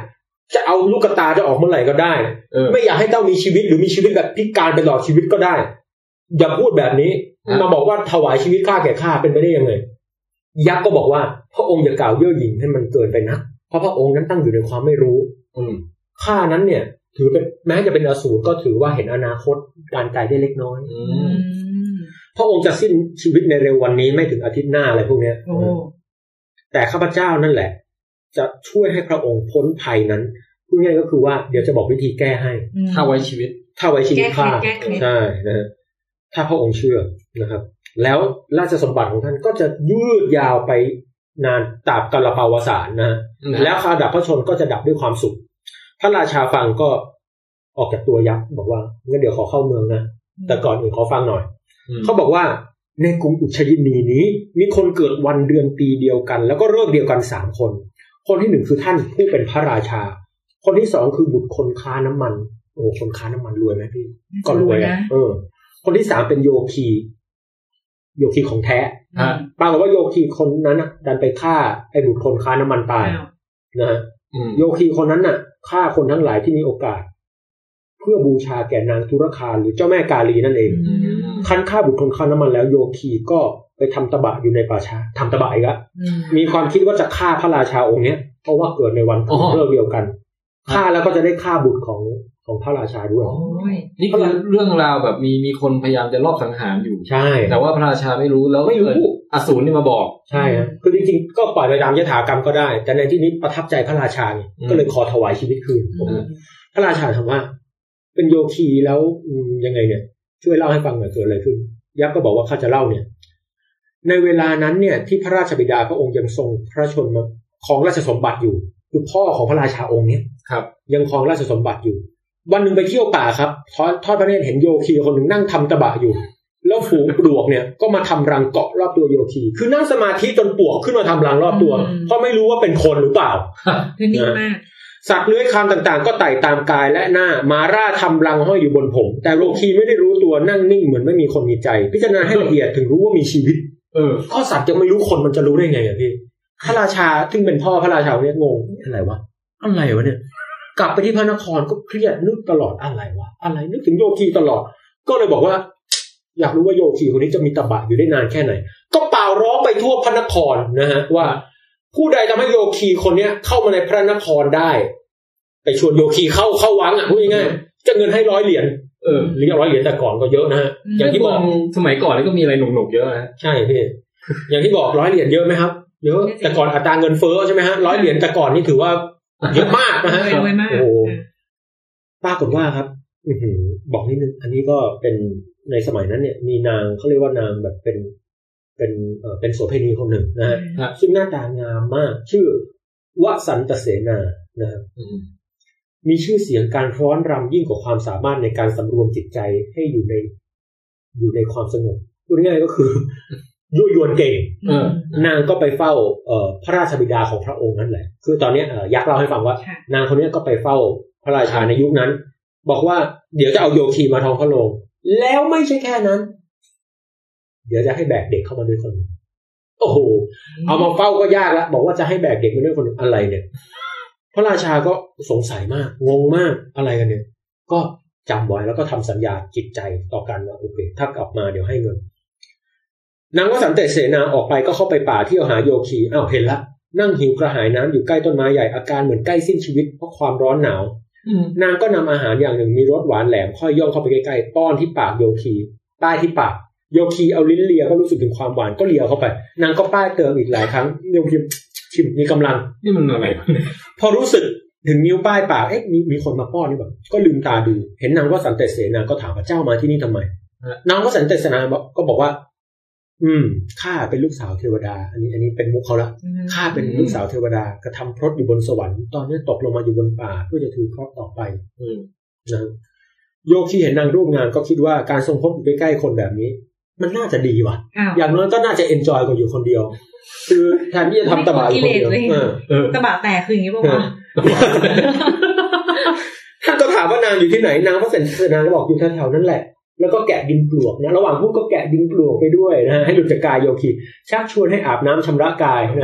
จะเอาลูกตาจะออกเมื่อไหร่ก็ได้ไม่อยากให้เจ้ามีชีวิตหรือมีชีวิตแบบพิการไปตลอดชีวิตก็ได้อย่าพูดแบบนี้มาบอกว่าถวายชีวิตข้าแก่ข้าเป็นไปได้ยังไงยักษ์ก็บอกว่าพระองค์อย่ากล่าวเย่อหยิ่งให้มันเกินไปนักเพราะพระองค์นั้นตั้งอยู่ในความไม่รู้ข้านั้นเนี่ยถือเป็นแม้จะเป็นอสูรก็ถือว่าเห็นอนาคตการไกลได้เล็กน้อยพระองค์จะสิ้นชีวิตในเร็ววันนี้ไม่ถึงอาทิตย์หน้าอะไรพวกนี้แต่ข้าพเจ้านั่นแหละจะช่วยให้พระองค์พ้นภัยนั้นพูดง่ายก็คือว่าเดี๋ยวจะบอกวิธีแก้ให้ถ้าไว้ชีวิตข้าใช่นะฮะถ้าพระองค์เชื่อนะครับแล้วราชสมบัติของท่านก็จะยืดยาวไปนานตราบกาลปาวสานนะแล้วข่าวดับพระชนก็จะดับด้วยความสุขพระราชาฟังก็ออกจากตัวยักษ์บอกว่างั้นเดี๋ยวขอเข้าเมืองนะแต่ก่อนอื่นขอฟังหน่อยเขาบอกว่าในกรุงอุชยินีนี้มีคนเกิดวันเดือนปีเดียวกันแล้วก็ฤกษ์เดียวกัน3คนคนที่1คือท่านผู้เป็นพระราชาคนที่2คือบุตรคนค้าน้ำมันโอ้คนค้าน้ำมันรวยไหมพี่ก็รวยนะคนที่3เป็นโยคีของแท้ปรากฏว่าโยคีคนนั้นน่ะดันไปฆ่าไอ้บุตรคนค้าน้ำมันตายนะฮะโยคีคนนั้นน่ะฆ่าคนทั้งหลายที่มีโอกาสเพื่อบูชาแก่นางธุรคาหรือเจ้าแม่กาลีนั่นเองคันฆ่าบุตรคนค้าน้ำมันแล้วโยคีก็ไปทำตบะอยู่ในป่าช้าทำตบะอีกแล้วมีความคิดว่าจะฆ่าพระราชาองค์นี้เพราะว่าเกิดในวันเรื่องเดียวกันฆ่าแล้วก็จะได้ฆ่าบุตรของพระราชาด้วยนี่คือเรื่องราวแบบมีคนพยายามจะลอบสังหารอยู่ใช่แต่ว่าพระราชาไม่รู้แล้วอสูรนี่มาบอกใช่ครับคือจริงๆก็ปล่อยไปตามยถากรรมก็ได้แต่ในที่นี้ประทับใจพระราชาไงก็เลยขอถวายชีวิตคืนพระราชาถามว่าเป็นโยคีแล้วยังไงเนี่ยช่วยเล่าให้ฟังหน่อยเกิดอะไรขึ้นยักษ์ก็บอกว่าข้าจะเล่าเนี่ยในเวลานั้นเนี่ยที่พระราชบิดาพระองค์ยังทรงพระชนม์ของราชสมบัติอยู่คือพ่อของพระราชาองค์นี้ครับยังครองราชสมบัติอยู่วันหนึ่งไปเที่ยวป่าครับทอดพระเนตรเห็นโยคีคนหนึ่งนั่งทำตะบะอยู่แล้วฝูงปลวกเนี่ยก็มาทำรังเกาะรอบตัวโยคีคือนั่งสมาธิจนปลวกขึ้นมาทำรังรอบตัวเพราะไม่รู้ว่าเป็นคนหรือเปล่าคือนิ่งมากสัตว์เลื้อยคลานต่างๆก็ไต่ตามกายและหน้ามาร่าทำรังห้อยอยู่บนผมแต่โยคีไม่ได้รู้ตัวนั่งนิ่งเหมือนไม่มีคนมีใจพิจารณาให้ละเอียดถึงรู้ว่ามีชีวิตก็สัตว์ยังไม่รู้คนมันจะรู้ได้ไงอ่ะพี่พระราชาซึ่งเป็นพ่อพระราชาเนี่ยงงอะไรวะเนี่ยกลับไปที่พระนครก็เครียดนึกตลอดอะไรนึกถึงโยคีตลอดก็เลยบอกว่าอยากรู้ว่าโยคีคนนี้จะมีตบะอยู่ได้นานแค่ไหนก็เป่าร้องไปทั่วพระนครนะฮะว่าผู้ใดทำให้โยคีคนเนี้ยเข้ามาในพระนครได้ไปชวนโยคีเข้าวังอ่ะพูดง่ายๆจะเงินให้100 เหรียญเรียก100 เหรียญแต่ก่อนก็เยอะนะฮะอย่างที่บอกสมัยก่อนนี่ก็มีอะไรหนุกๆเยอะนะใช่พี่อย่างที่บอก100 เหรียญเยอะไหมครับเยอะแต่ก่อนอัตราเงินเฟ้อใช่ไหมฮะ100 เหรียญแต่ก่อนนี่ถือว่าเยอะมากนะฮะโอ้ปรากฏว่าครับบอกนิดนึงอันนี้ก็เป็นในสมัยนั้นเนี่ยมีนางเขาเรียกว่านางแบบเป็นโสเภณีคนหนึ่งนะฮะซึ่งหน้าตางามมากชื่อวสันตเสนานะครับมีชื่อเสียงการฟ้อนรำยิ่งกว่าความสามารถในการสำรวมจิตใจให้อยู่ในความสงบพูดง่ายก็คือยั่วยวนเก่งนางก็ไปเฝ้าพระราชบิดาของพระองค์นั่นแหละคือตอนนี้ยักษ์เล่าให้ฟังว่านางคนนี้ก็ไปเฝ้าพระราชาในยุคนั้นบอกว่าเดี๋ยวจะเอาโยคีมาท้องพระโรงแล้วไม่ใช่แค่นั้นเดี๋ยวจะให้แบกเด็กเข้ามาด้วยคนนึงโอ้โหเอามาเฝ้าก็ยากแล้วบอกว่าจะให้แบกเด็กมาด้วยคนนึงอะไรเนี่ยพระราชาก็สงสัยมากงงมากอะไรกันเนี่ยก็จำไว้แล้วก็ทำสัญญาจิตใจต่อกันว่าโอเคถ้ากลับมาเดี๋ยวให้เงินนางวสันตเสนาออกไปก็เข้าไปป่าเที่ยวหาโยคีอ้าวเห็นละนั่งหิวกระหายน้ำอยู่ใกล้ต้นไม้ใหญ่อาการเหมือนใกล้สิ้นชีวิตเพราะความร้อนหนาว นางก็นำอาหารอย่างหนึ่งมีรสหวานแหลมค่อยย่องเข้าไปใกล้ๆป้อนที่ปากโยคีป้ายที่ปากโยคีเอาลิ้นเลียก็รู้สึกถึงความหวานก็เลียเข้าไปนางก็ป้ายเติมอีกหลายครั้งโยคีชิมมีกำลังนี่มันอะไรพอรู้สึกถึงนิ้วป้ายปากมีคนมาป้อนนี่แบบก็ลืมตาดูเห็นนางวสันตเสนาก็ถามว่าเจ้ามาที่นี่ทำไมนางวสันตเสนาก็บอกว่าข้าเป็นลูกสาวเทวดาอันนี้เป็นมุกเขาละข้าเป็นลูกสาวเทวดากระทำพรตอยู่บนสวรรค์ตอนนี้ตกลงมาอยู่บนป่าเพื่อจะถือพรตต่อไปนะโยคีเห็นนางรูปงานก็คิดว่าการทรงพรตอยู่ใกล้ๆคนแบบนี้มันน่าจะดีว่ะอย่างน้อยก็น่าจะเอนจอยกว่าอยู่คนเดียวคือแทนที่จะทำตบะอยู่คนเดียวตบะแตกคืออย่างนี้ป่ะวะท่านก็ถามว่านางอยู่ที่ไหนนางพระเสนาก็บอกอยู่แถวๆนั่นแหละแล้วก็แกะดินปลวกนะระหว่างพูดก็แกะดินปลวกไปด้วยนะฮะให้หลุดจากกายโยคีชักชวนให้อาบน้ำชำระกายนะฮะ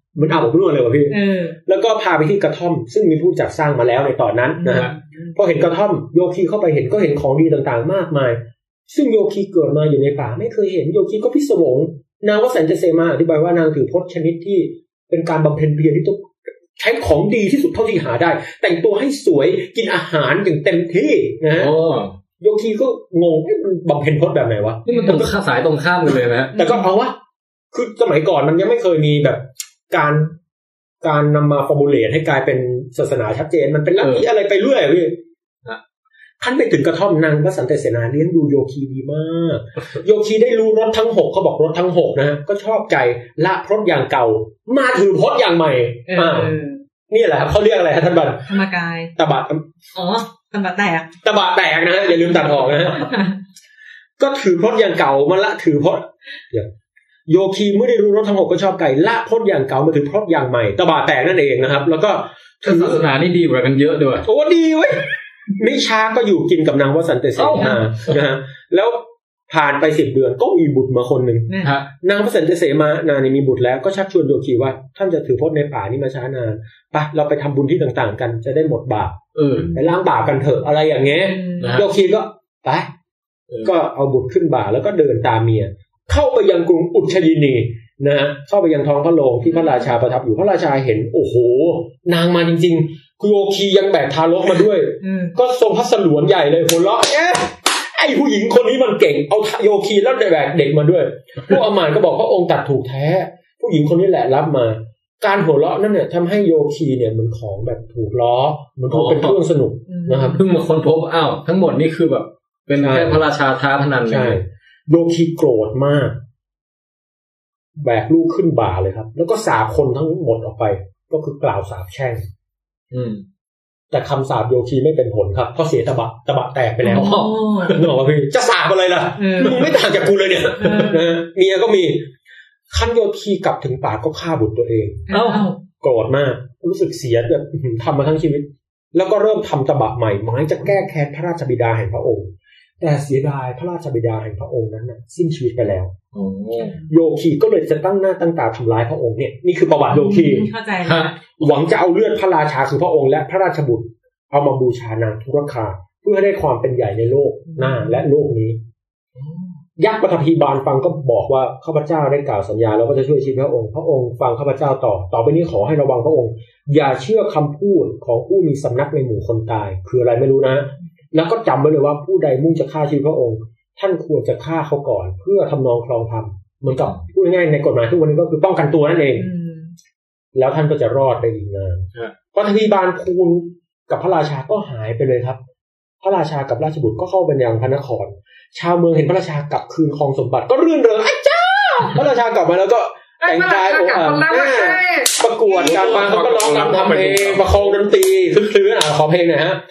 มันอาบอบนวดเลยวะพี่แล้วก็พาไปที่กระท่อมซึ่งมีผู้จัดสร้างมาแล้วในตอนนั้นนะฮะพอเห็นกระท่อมโยคีเข้าไปเห็นก็เห็นของดีต่างๆมากมายซึ่งโยคีเกิดมาอยู่ในป่าไม่เคยเห็นโยคีก็พิศวงนางวสันตเสมาอธิบายว่านางถือพจน์ชนิดที่เป็นการบำเพ็ญเพียรที่ต้องใช้ของดีที่สุดเท่าที่หาได้แต่งตัวให้สวยกินอาหารอย่างเต็มที่นะฮะโยคีก็งงมันบำเพ็ญพจน์แบบไหนวะนี่มันตรงข้ามสายตรงข้ามกันเลยนะแต่ก็เอาวะคือสมัยก่อนมันยังไม่เคยมีแบบการนำมาฟอร์มูเลตให้กลายเป็นศาสนาชัดเจนมันเป็นลัทธิอะไรไปเรื่อยพี่ท่านไปถึงกระท่อมนางวสันตเสนาเลี้ยงดูโยคีดีมากโยคีได้รู้รสทั้ง6เขาบอกรสทั้ง6นะฮะก็ชอบใจละพจน์อย่างเก่ามาถือพจน์อย่างใหม่นี่แหละครับเขาเรียกอะไรครับท่านบัณฑิตธรรมกายตบะตบะแตกนะฮะอย่าลืมตัดออกนะฮะก็ถือพจน์อย่างเก่ามาละถือพจน์โยคีเมื่อได้รู้รสทั้ง6ก็ชอบไก่ละพจน์อย่างเก่ามาถือพจน์อย่างใหม่ตบะแตกนั่นเองนะครับแล้วก็ศาสนานี่ดีกว่ากันเยอะด้วยโอ้ดีเว้ยไม่ช้าก็อยู่กินกับนางวสันตเสนานะฮะแล้วผ่านไป10 เดือนก็มีบุตรมาคนนึงนางวสันตเสนานี่มีบุตรแล้วก็ชักชวนโยคีว่าท่านจะถือพจน์ในป่านี่มาช้านานไปเราไปทำบุญที่ต่างๆกันจะได้หมดบาปไปล้างบาปกันเถอะอะไรอย่างเงี้ยโยคีก็ไปก็เอาบุตรขึ้นบ่าแล้วก็เดินตามเมียเข้าไปยังกรุงอุชยินีนะฮะเข้าไปยังท้องพระโรงที่พระราชาประทับอยู่พระราชาเห็นโอ้โหนางมาจริงๆโยคียังแบกทารกมาด้วยก็ทรงพระสลวนใหญ่เลยหัวเราะไอ้ผู้หญิงคนนี้มันเก่งเอาโยคีแล้วแบกเด็กมาด้วยพวกอมาตย์ก็บอกพระองค์ตัดถูกแท้ผู้หญิงคนนี้แหละรับมาการหัวเราะนั่นเนี่ยทำให้โยคีเนี่ยเหมือนของแบบถูกล้อเหมือนเป็นเรื่องสนุกนะครับเพิ่งมาค้นพบอ้าวทั้งหมดนี่คือแบบเป็นแค่พระราชาท้าพนันใช่โยคีโกรธมากแบกลูกขึ้นบ่าเลยครับแล้วก็สาปคนทั้งหมดออกไปก็คือกล่าวสาปแช่งแต่คำสาปโยคีไม่เป็นผลครับเพราะเสียตบะแตกไปแล้วนึกออกป่ะพี่จะสาปอะไรล่ะมึงไม่ต่างจากกูเลยเนี่ยเมียก็มีคันโยคีกลับถึงป่าก็ฆ่าบุตรตัวเองโกรธมากรู้สึกเสียแบบทำมาทั้งชีวิตแล้วก็เริ่มทำตบะใหม่หมายจะแก้แค้นพระราชบิดาแห่งพระองค์แต่เสียดายพระราชบิดาแห่งพระองค์นั้นน่ะสิ้นชีวิตไปแล้วโยคีก็เลยจะตั้งหน้าตั้งตาทำร้ายพระองค์เนี่ยนี่คือประวัติโยคีเข้าใจหวังจะเอาเลือดพระราชาคือพระองค์และพระราชบุตรเอามาบูชานางทุรคาเพื่อให้ได้ความเป็นใหญ่ในโลกหน้าและโลกนี้ยักษ์ปฐพีบาลฟังก็บอกว่าข้าพเจ้าได้กล่าวสัญญาแล้วว่าจะช่วยชีวิตพระองค์ฟังข้าพเจ้าต่อไปนี้ขอให้ระวังพระองค์อย่าเชื่อคำพูดของผู้มีสำนักในหมู่คนตายคืออะไรไม่รู้นะแล้วก็จำไว้เลยว่าผู้ใดมุ่งจะฆ่าชีวิตพระองค์ท่านควรจะฆ่าเขาก่อนเพื่อทำนองคลองธรรมเหมือนกับพูดง่ายๆในกฎหมายทุกวันนี้ก็คือป้องกันตัวนั่นเองแล้วท่านก็จะรอดไปอีกนานปฐพีบาลคูลกับพระราชาก็หายไปเลยครับพระราชากับราชบุตรก็เข้าไปยังพระนครชาวเมืองเห็นพระราชากลับคืนครองสมบัติก็รื่นเริงอ้จ้าพระราชากลับมาแล้วก็แต่งกายโอ้อาประกวดการมาเขาก็ร้องรำทำเพลงประคองดนตรีคึกคืนขอเพลงหน่อยฮะ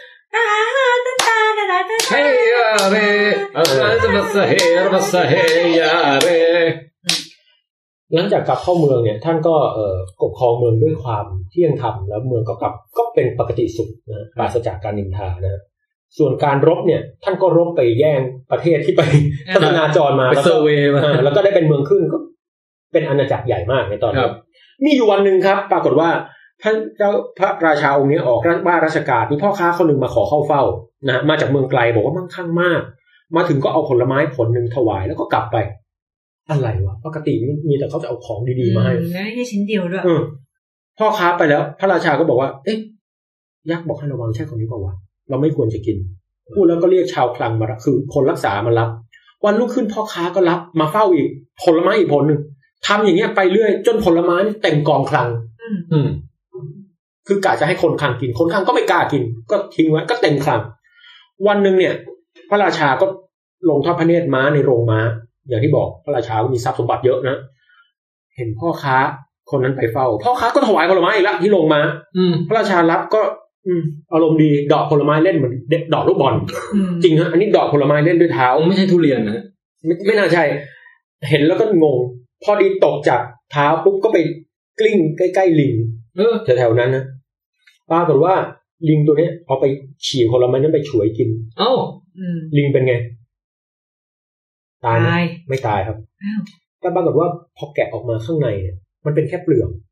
เฮ้ยเร่หลังจากกลับเข้าเมืองเนี่ยท่านก็ปกครองเมืองด้วยความเที่ยงธรรมแล้วเมืองก็เป็นปกติสุขนะปราศจากการนินทานะส่วนการรบเนี่ยท่านก็รบไปแย่งประเทศที่ไปทัศนาจรมาแล้วก็ได้เป็นเมืองขึ้นก็เป็นอาณาจักรใหญ่มากในตอนนั้นมีอยู่วันนึงครับปรากฏว่าท่านเจ้าพระราชาองค์นี้ออกบ้าราชการมีพ่อค้าคนนึงมาขอเข้าเฝ้านะมาจากเมืองไกลบอกว่ามั่งคั่งมากมาถึงก็เอาผลไม้ผลนึงถวายแล้วก็กลับไปอะไรวะปกติมีแต่เขาจะเอาของดีๆมาให้ไม่ใช่ชิ้นเดียวด้วยพ่อค้าไปแล้วพระราชาก็บอกว่าเอ๊ะยักษ์บอกให้ระวังใช่คนนี้เปล่าวะเราไม่ควรจะกินพูดแล้วก็เรียกชาวคลังมาคือคนรักษามารับวันรุ่งขึ้นพ่อค้าก็รับมาเฝ้าอีกผลไม้อีกผลนึงทำอย่างเงี้ยไปเรื่อยจนผลไม้เต็มกองคลังคือกะจะให้คนคลังกินคนคลังก็ไม่กล้ากินก็ทิ้งไว้ก็เต็มคลังวันนึงเนี่ยพระราชาก็ลงทอดพระเนตรม้าในโรงม้าอย่างที่บอกพระราชาก็มีทรัพย์สมบัติเยอะนะเห็นพ่อค้าคนนั้นไปเฝ้าพ่อค้าก็ถวายผลไม้อีกแล้วที่โรงม้าพระราชารับก็อารมณ์ดีดอกผลไม้เล่นเหมือนดอกลูกบอลจริงฮะอันนี้ดอกผลไม้เล่นด้วยเท้าไม่ใช่ทุเรียนนะไม่น่าใช่เห็นแล้วก็งงพอดีตกจากเท้าปุ๊บก็ไปกลิ้งใกล้ๆลิงแถวๆนั้นนะปรากฏว่าลิงตัวนี้เอาไปฉี่ผลไม้นั้นไปฉวยกินลิงเป็นไงตายไม่ตายครับแต่ปรากฏว่าพอแกะออกมาข้างในเนี่ยมันเป็นแค่เปลือก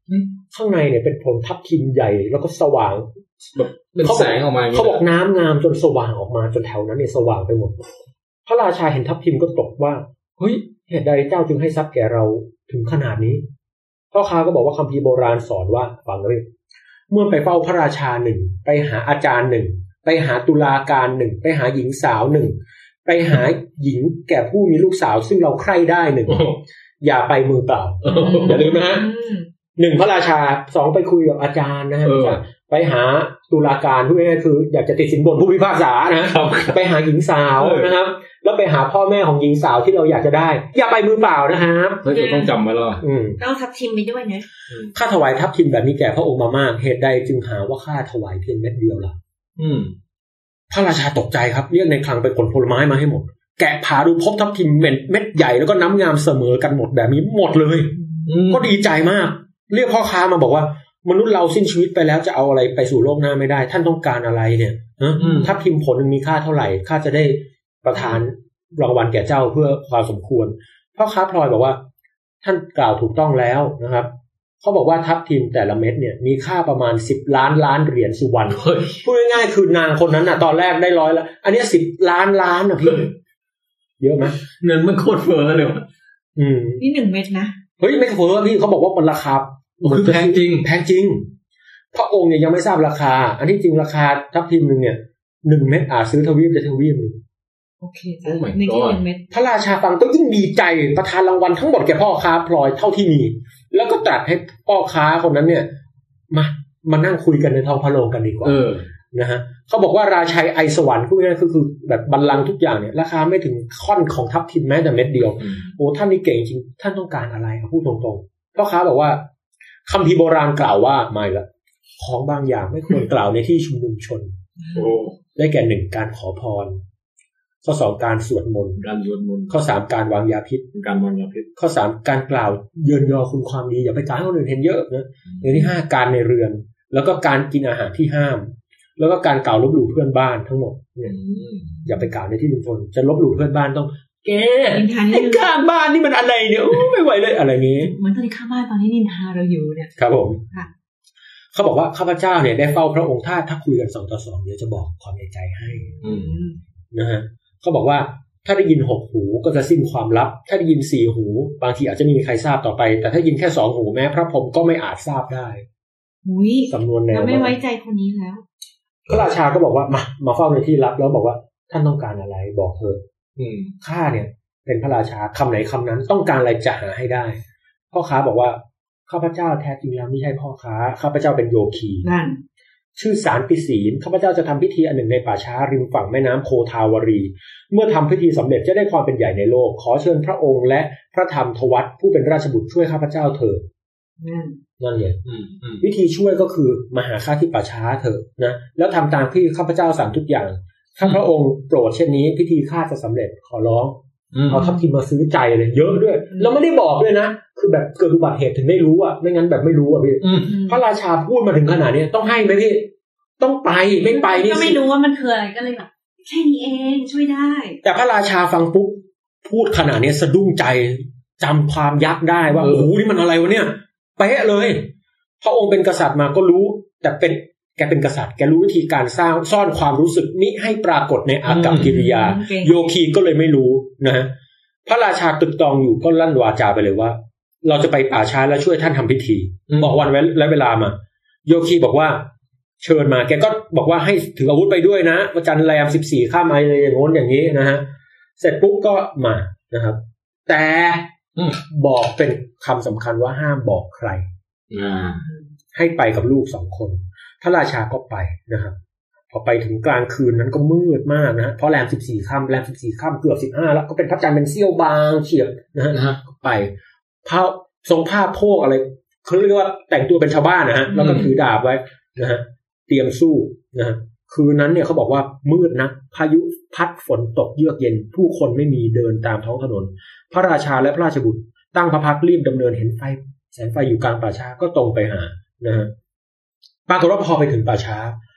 ข้างในเนี่ยเป็นพรมทับทิมใหญ่แล้วก็สว่างแบบเป็นแสงออกมาเขาบอกน้ำงามจนสว่างออกมาจนแถวนั้นเนี่ยสว่างไปหมดพระราชาเห็นทับทิมก็ตกว่าเฮ้ยเหตุใดเจ้าจึงให้ทรัพย์แก่เราถึงขนาดนี้พ่อค้าก็บอกว่าคัมภีร์โบราณสอนว่าฟังเลยเมื่อไปเฝ้าพระราชาหนึ่งไปหาอาจารย์หนึ่งไปหาตุลาการหนึ่งไปหาหญิงสาวหนึ่งไปหาหญิงแก่ผู้มีลูกสาวซึ่งเราใคร่ได้หนึ่งอย่าไปมือเปล่าอย่าลืมนะฮะหนึ่งพระราชาสองไปคุยกับอาจารย์นะฮะไปหาตุลาการผู้นี้คืออยากจะติดสินบนผู้พิพากษานะไปหาหญิงสาวนะครับแล้วไปหาพ่อแม่ของหญิงสาวที่เราอยากจะได้อย่าไปมือเปล่านะครับต้องจำไว้แล้วต้องทับทิมไปด้วยนะข้าถวายทับทิมแบบนี้แก่พระองค์มามากเหตุใดจึงหาว่าข้าถวายเพียงเม็ดเดียวล่ะพระราชาตกใจครับเรียกในคลังไปขนผลไม้มาให้หมดแกะผ่าดูพบทับทิมเม็ดใหญ่แล้วก็น้ำงามเสมอกันหมดแบบนี้หมดเลยก็ดีใจมากเรียกพ่อค้ามาบอกว่ามนุษย์เราสิ้นชีวิตไปแล้วจะเอาอะไรไปสู่โลกหน้าไม่ได้ท่านต้องการอะไรเนี่ยทับทิมผลนึงมีค่าเท่าไหร่ข้าจะได้ประทานรางวัลแก่เจ้าเพื่อความสมควรพ่อค้าพลอยบอกว่าท่านกล่าวถูกต้องแล้วนะครับเขาบอกว่าทับทิมแต่ละเม็ดเนี่ยมีค่าประมาณ10 ล้านเหรียญสุวรรณพูดง่ายๆคือนางคนนั้นน่ะตอนแรกได้100แล้วอันนี้10 ล้านน่ะพี่เยอะไหมเงินมันโคตรเฟ้อเลยวะนี่1 เม็ดนะเฮ้ยไม่เฟ้อพี่เขาบอกว่ามันราคาคือแพงจริงพระองค์เนี่ยยังไม่ทราบราคาอันที่จริงราคาทับทิมนึงเนี่ย1 เม็ดอาจซื้อทวีปได้ทวีปนึงโอเคจ้ะ1 เม็ดพระราชาฟังก็ยิ่งดีใจประทานรางวัลทั้งหมดแก่พ่อค้าพลอยเท่าที่มีแล้วก็ตรัสให้พ่อค้าคนนั้นเนี่ยมานั่งคุยกันในท้องพระโรงกันดีกว่านะฮะเขาบอกว่าราชัยไอสวรรค์พวกนี้คือแบบบัลลังก์ทุกอย่างเนี่ยราคาไม่ถึงค่อนของทับทิมแม้แต่เม็ดเดียวโอ้ท่านนี่เก่งจริงท่านต้องการอะไรพูดตรงๆพ่อค้าบอกว่าคัมภีร์โบราณกล่าวว่าไม่ละของบางอย่างไม่ควรกล่าวในที่ชุมนุมชนได้แก่1การขอพรข้อ2การสวดมนต์ข้อ3การวางยาพิษข้อ3การกล่าวเยินยอคุณความดีอย่าไปกล่าวให้คนอื่นเห็นเยอะนะอย่างที่5การในเรือนแล้วก็การกินอาหารที่ห้ามแล้วก็การกล่าวลบหลู่เพื่อนบ้านทั้งหมดอย่าไปกล่าวในที่ชุมชนจะลบหลู่เพื่อนบ้านต้องแกไอ้ข้างบ้านนี่มันอะไรเนี่ยไม่ไหวเลยอะไรงี้เหมือนตอนที่ข้างบ้านตอนนี้นินทาเราอยู่เนี่ยครับผมเขาบอกว่าข้าพเจ้าเนี่ยได้เฝ้าพระองค์ถ้าคุยกัน2 ต่อ 2เดี๋ยวจะบอกความในใจให้นะฮะเขาบอกว่าถ้าได้ยิน6 หูก็จะสิ้นความลับถ้าได้ยิน4 หูบางทีอาจจะไม่มีใครทราบต่อไปแต่ถ้ายินแค่2 หูแม้พระพรหมก็ไม่อาจทราบได้สำนวนแนวเราไม่ไว้ใจคนนี้แล้วพระราชาก็บอกว่ามาเฝ้าในที่ลับแล้วบอกว่าท่านต้องการอะไรบอกเธอข้าเนี่ยเป็นพระราชาคำไหนคำนั้นต้องการอะไรจะหาให้ได้พ่อค้าบอกว่าข้าพเจ้าแท้จริงแล้วไม่ใช่พ่อค้าข้าพเจ้าเป็นโยคีนั่นชื่อสารปิศีลข้าพเจ้าจะทำพิธีอันหนึ่งในป่าช้าริมฝั่งแม่น้ำโคทาวรีเมื่อทำพิธีสำเร็จจะได้ความเป็นใหญ่ในโลกขอเชิญพระองค์และพระธรรมทวัตผู้เป็นราชบุตรช่วยข้าพเจ้าเถิดนั่นเลยวิธีช่วยก็คือมาหาข้าที่ป่าช้าเถอะนะแล้วทำตามที่ข้าพเจ้าสั่งทุกอย่างถ้าพระองค์โปรดเช่นนี้พิธีข้าจะสำเร็จขอร้องเอาทับทิมมาซื้อใจเลยเยอะด้วยแล้วไม่ได้บอกด้วยนะคือแบบเกิดอุบัติเหตุถึงได้รู้อ่ะไม่งั้นแบบไม่รู้อ่ะพี่พระราชาพูดมาถึงขนาดนี้ต้องให้ไหมพี่ต้องไปไม่ไปนี่ก็ไม่รู้ว่ามันคืออะไรก็เลยแบบแค่นี้เองช่วยได้แต่พระราชาฟังปุ๊บพูดขนาดนี้สะดุ้งใจจำความยักษ์ได้ว่าโอ้โหนี่มันอะไรวะเนี่ยเป๊ะเลยพระองค์เป็นกษัตริย์มาก็รู้แต่แกเป็นกษัตริย์แกรู้วิธีการซ่อนความรู้สึกมิให้ปรากฏในอากัปกิริยาโยคีก็เลยไม่รู้นะพระราชาตึกตองอยู่ก็ลั่นวาจาไปเลยว่าเราจะไปป่าช้าแล้วช่วยท่านทำพิธีบอกวันและเวลามาโยคีบอกว่าเชิญมาแกก็บอกว่าให้ถืออาวุธไปด้วยนะวันจันทร์แรม14ค่ำอะไรอย่างโน้นอย่างนี้นะฮะเสร็จปุ๊บก็มานะครับแต่บอกเป็นคำสำคัญว่าห้ามบอกใครให้ไปกับลูก2 คนพระราชาก็ไปนะครับพอไปถึงกลางคืนนั้นก็มืดมากนะเพราะแรม14ค่ำแรม14ค่ำเกือบ15แล้วก็เป็นพระจันทร์เป็นเสี้ยวบางเฉียบนะฮะไปทรงผ้าโพกอะไรเขาเรียกว่าแต่งตัวเป็นชาวบ้านนะฮะแล้วก็ถือดาบไว้นะฮะเตรียมสู้นะคืนนั้นเนี่ยเขาบอกว่ามืดนะพายุพัดฝนตกเยือกเย็นผู้คนไม่มีเดินตามท้องถนนพระราชาและพระราชบุตรตั้งพระพักตร์รีบดำเนินเห็นแสงไฟอยู่กลางป่าช้าก็ตรงไปหานะฮะปรากฏว่าพอไปถึงป่าช้าพ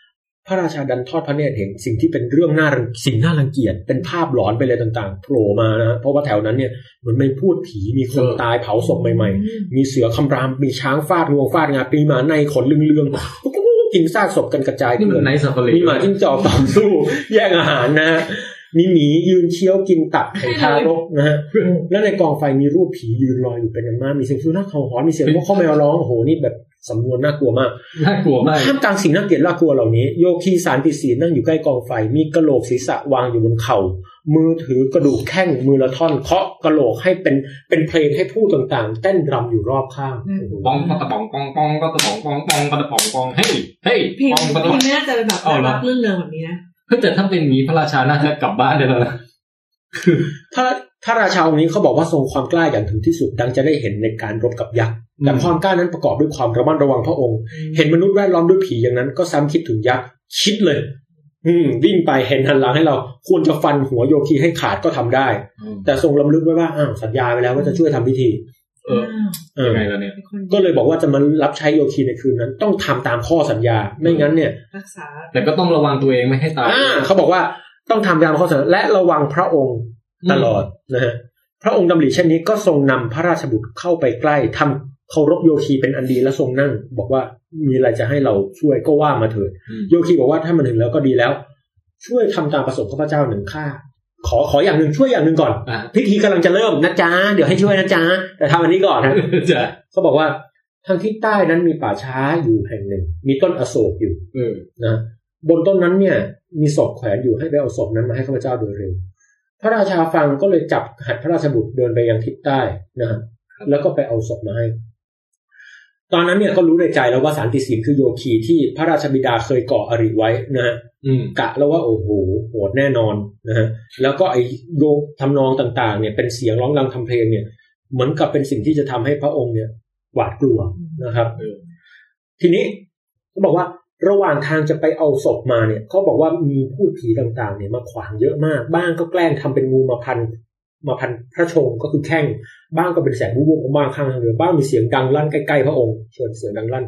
พระราชาดันทอดพระเนตรเห็นสิ่งที่เป็นเรื่องน่ารังเกียจเป็นภาพหลอนไปเลยต่างๆโผล่มานะเพราะว่าแถวนั้นเนี่ยเหมือนเป็นพูดผีมีคนตายเผาศพใหม่ๆมีเสือคำรามมีช้างฟาดงวงฟาดงาปีหมาในขนเรื่องๆกินซากศพกันกระจายเกลื่อนมีหมาจิ้งจอกต่อสู้แย่งอาหารนะฮะมีหมียืนเคี้ยวกินตับไข่ทารกนะฮะแล้วในกองไฟมีรูปผียืนลอยอยู่เป็นอันมากมีเสียงสุนัขเห่าหอนมีเสียงนกข้อแมวร้องโอ้โหนี่แบบสำนวนน่ากลัวมากท่ามกลางสิ่งน่าเกลียดน่ากลัวเหล่านี้โยคีสารติศีนั่งอยู่ใกล้กองไฟมีกะโหลกศีรษะวางอยู่บนเข่ามือถือกระดูกแข้งมือละท่อนเคาะกะโหลกให้เป็นเพลงให้ผู้ต่างๆเต้นรำอยู่รอบข้างปองกระป๋องปองปองกระป๋องปองปองกระป๋องปองเฮ้ยเพลงไม่น่าจะแบบเรื่องเริงแบบนี้นะแต่ถ้าเป็นงี้พระราชาน่าจะกลับบ้านได้แล้วนะคือถ้าราชาองค์นี้เขาบอกว่าทรงความกล้าอย่างถึงที่สุดดังจะได้เห็นในการรบกับยักษ์แต่ความกล้านั้นประกอบด้วยความระมัดระวังพระองค์เห็นมนุษย์แวดล้อมด้วยผีอย่างนั้นก็ซ้ำคิดถึงยักษ์คิดเลยวิ่งไปเห็นหันหลังให้เราควรจะฟันหัวโยคีให้ขาดก็ทำได้แต่ทรงลำลึกไว้ว่าสัญญาไปแล้วว่าจะช่วยทำพิธียังไงล่ะเนี่ยก็เลยบอกว่าจะมารับใช้โยคีในคืนนั้นต้องทำตามข้อสัญญาไม่งั้นเนี่ยรักษาแต่ก็ต้องระวังตัวเองไม่ให้ตายเขาบอกว่าต้องทำตามข้อสัญญาและระวังพระองค์ตลอดนะฮะพระองค์ดำริเช่นนี้ก็ทรงนำพระราชบุตรเข้าไปใกล้ทำเคารพโยคีเป็นอันดีและทรงนั่งบอกว่ามีอะไรจะให้เราช่วยก็ว่ามาเถิดโยคีบอกว่าถ้ามันถึงแล้วก็ดีแล้วช่วยทำตามประสงค์ข้าพเจ้าหนึ่งข้าขออย่างหนึ่งช่วยอย่างหนึ่งก่อนพิธีกำลังจะเริ่มนะจ๊ะเดี๋ยวให้ช่วยนะจ๊ะแต่ทำอันนี้ก่อนนะเขาบอกว่าทางทิศใต้นั้นมีป่าช้าอยู่แห่งหนึ่งมีต้นอโศกอยู่นะบนต้นนั้นเนี่ยมีศพแขวนอยู่ให้ไปเอาศพนั้นมาให้ข้าพเจ้าโดยเร็วพระราชาฟังก็เลยจับหัตถ์พระราชบุตรเดินไปยังทิศใต้นะแล้วก็ไปเอาศพมาให้ตอนนั้นเนี่ยก็รู้ในใจแล้วว่าสารติศีลคือโยคีที่พระราชบิดาเคยก่ออริไว้นะฮะกะแล้วว่าโอ้โหโหดแน่นอนนะฮะแล้วก็ไอ้โยกทำนองต่างๆเนี่ยเป็นเสียงร้องรำทำเพลงเนี่ยเหมือนกับเป็นสิ่งที่จะทำให้พระองค์เนี่ยหวาดกลัวนะครับทีนี้เขาบอกว่าระหว่างทางจะไปเอาศพมาเนี่ยเขาบอกว่ามีพูดผีต่างๆเนี่ยมาขวางเยอะมากบ้างก็แกล้งทำเป็นงูมาพันพระชงก็คือแข้งบ้างก็เป็นแสงวูบๆบ้างข้างทางเรือบ้างมีเสียงดังลั่นใกล้ๆพระองค์เชิญเสียงดังลั่น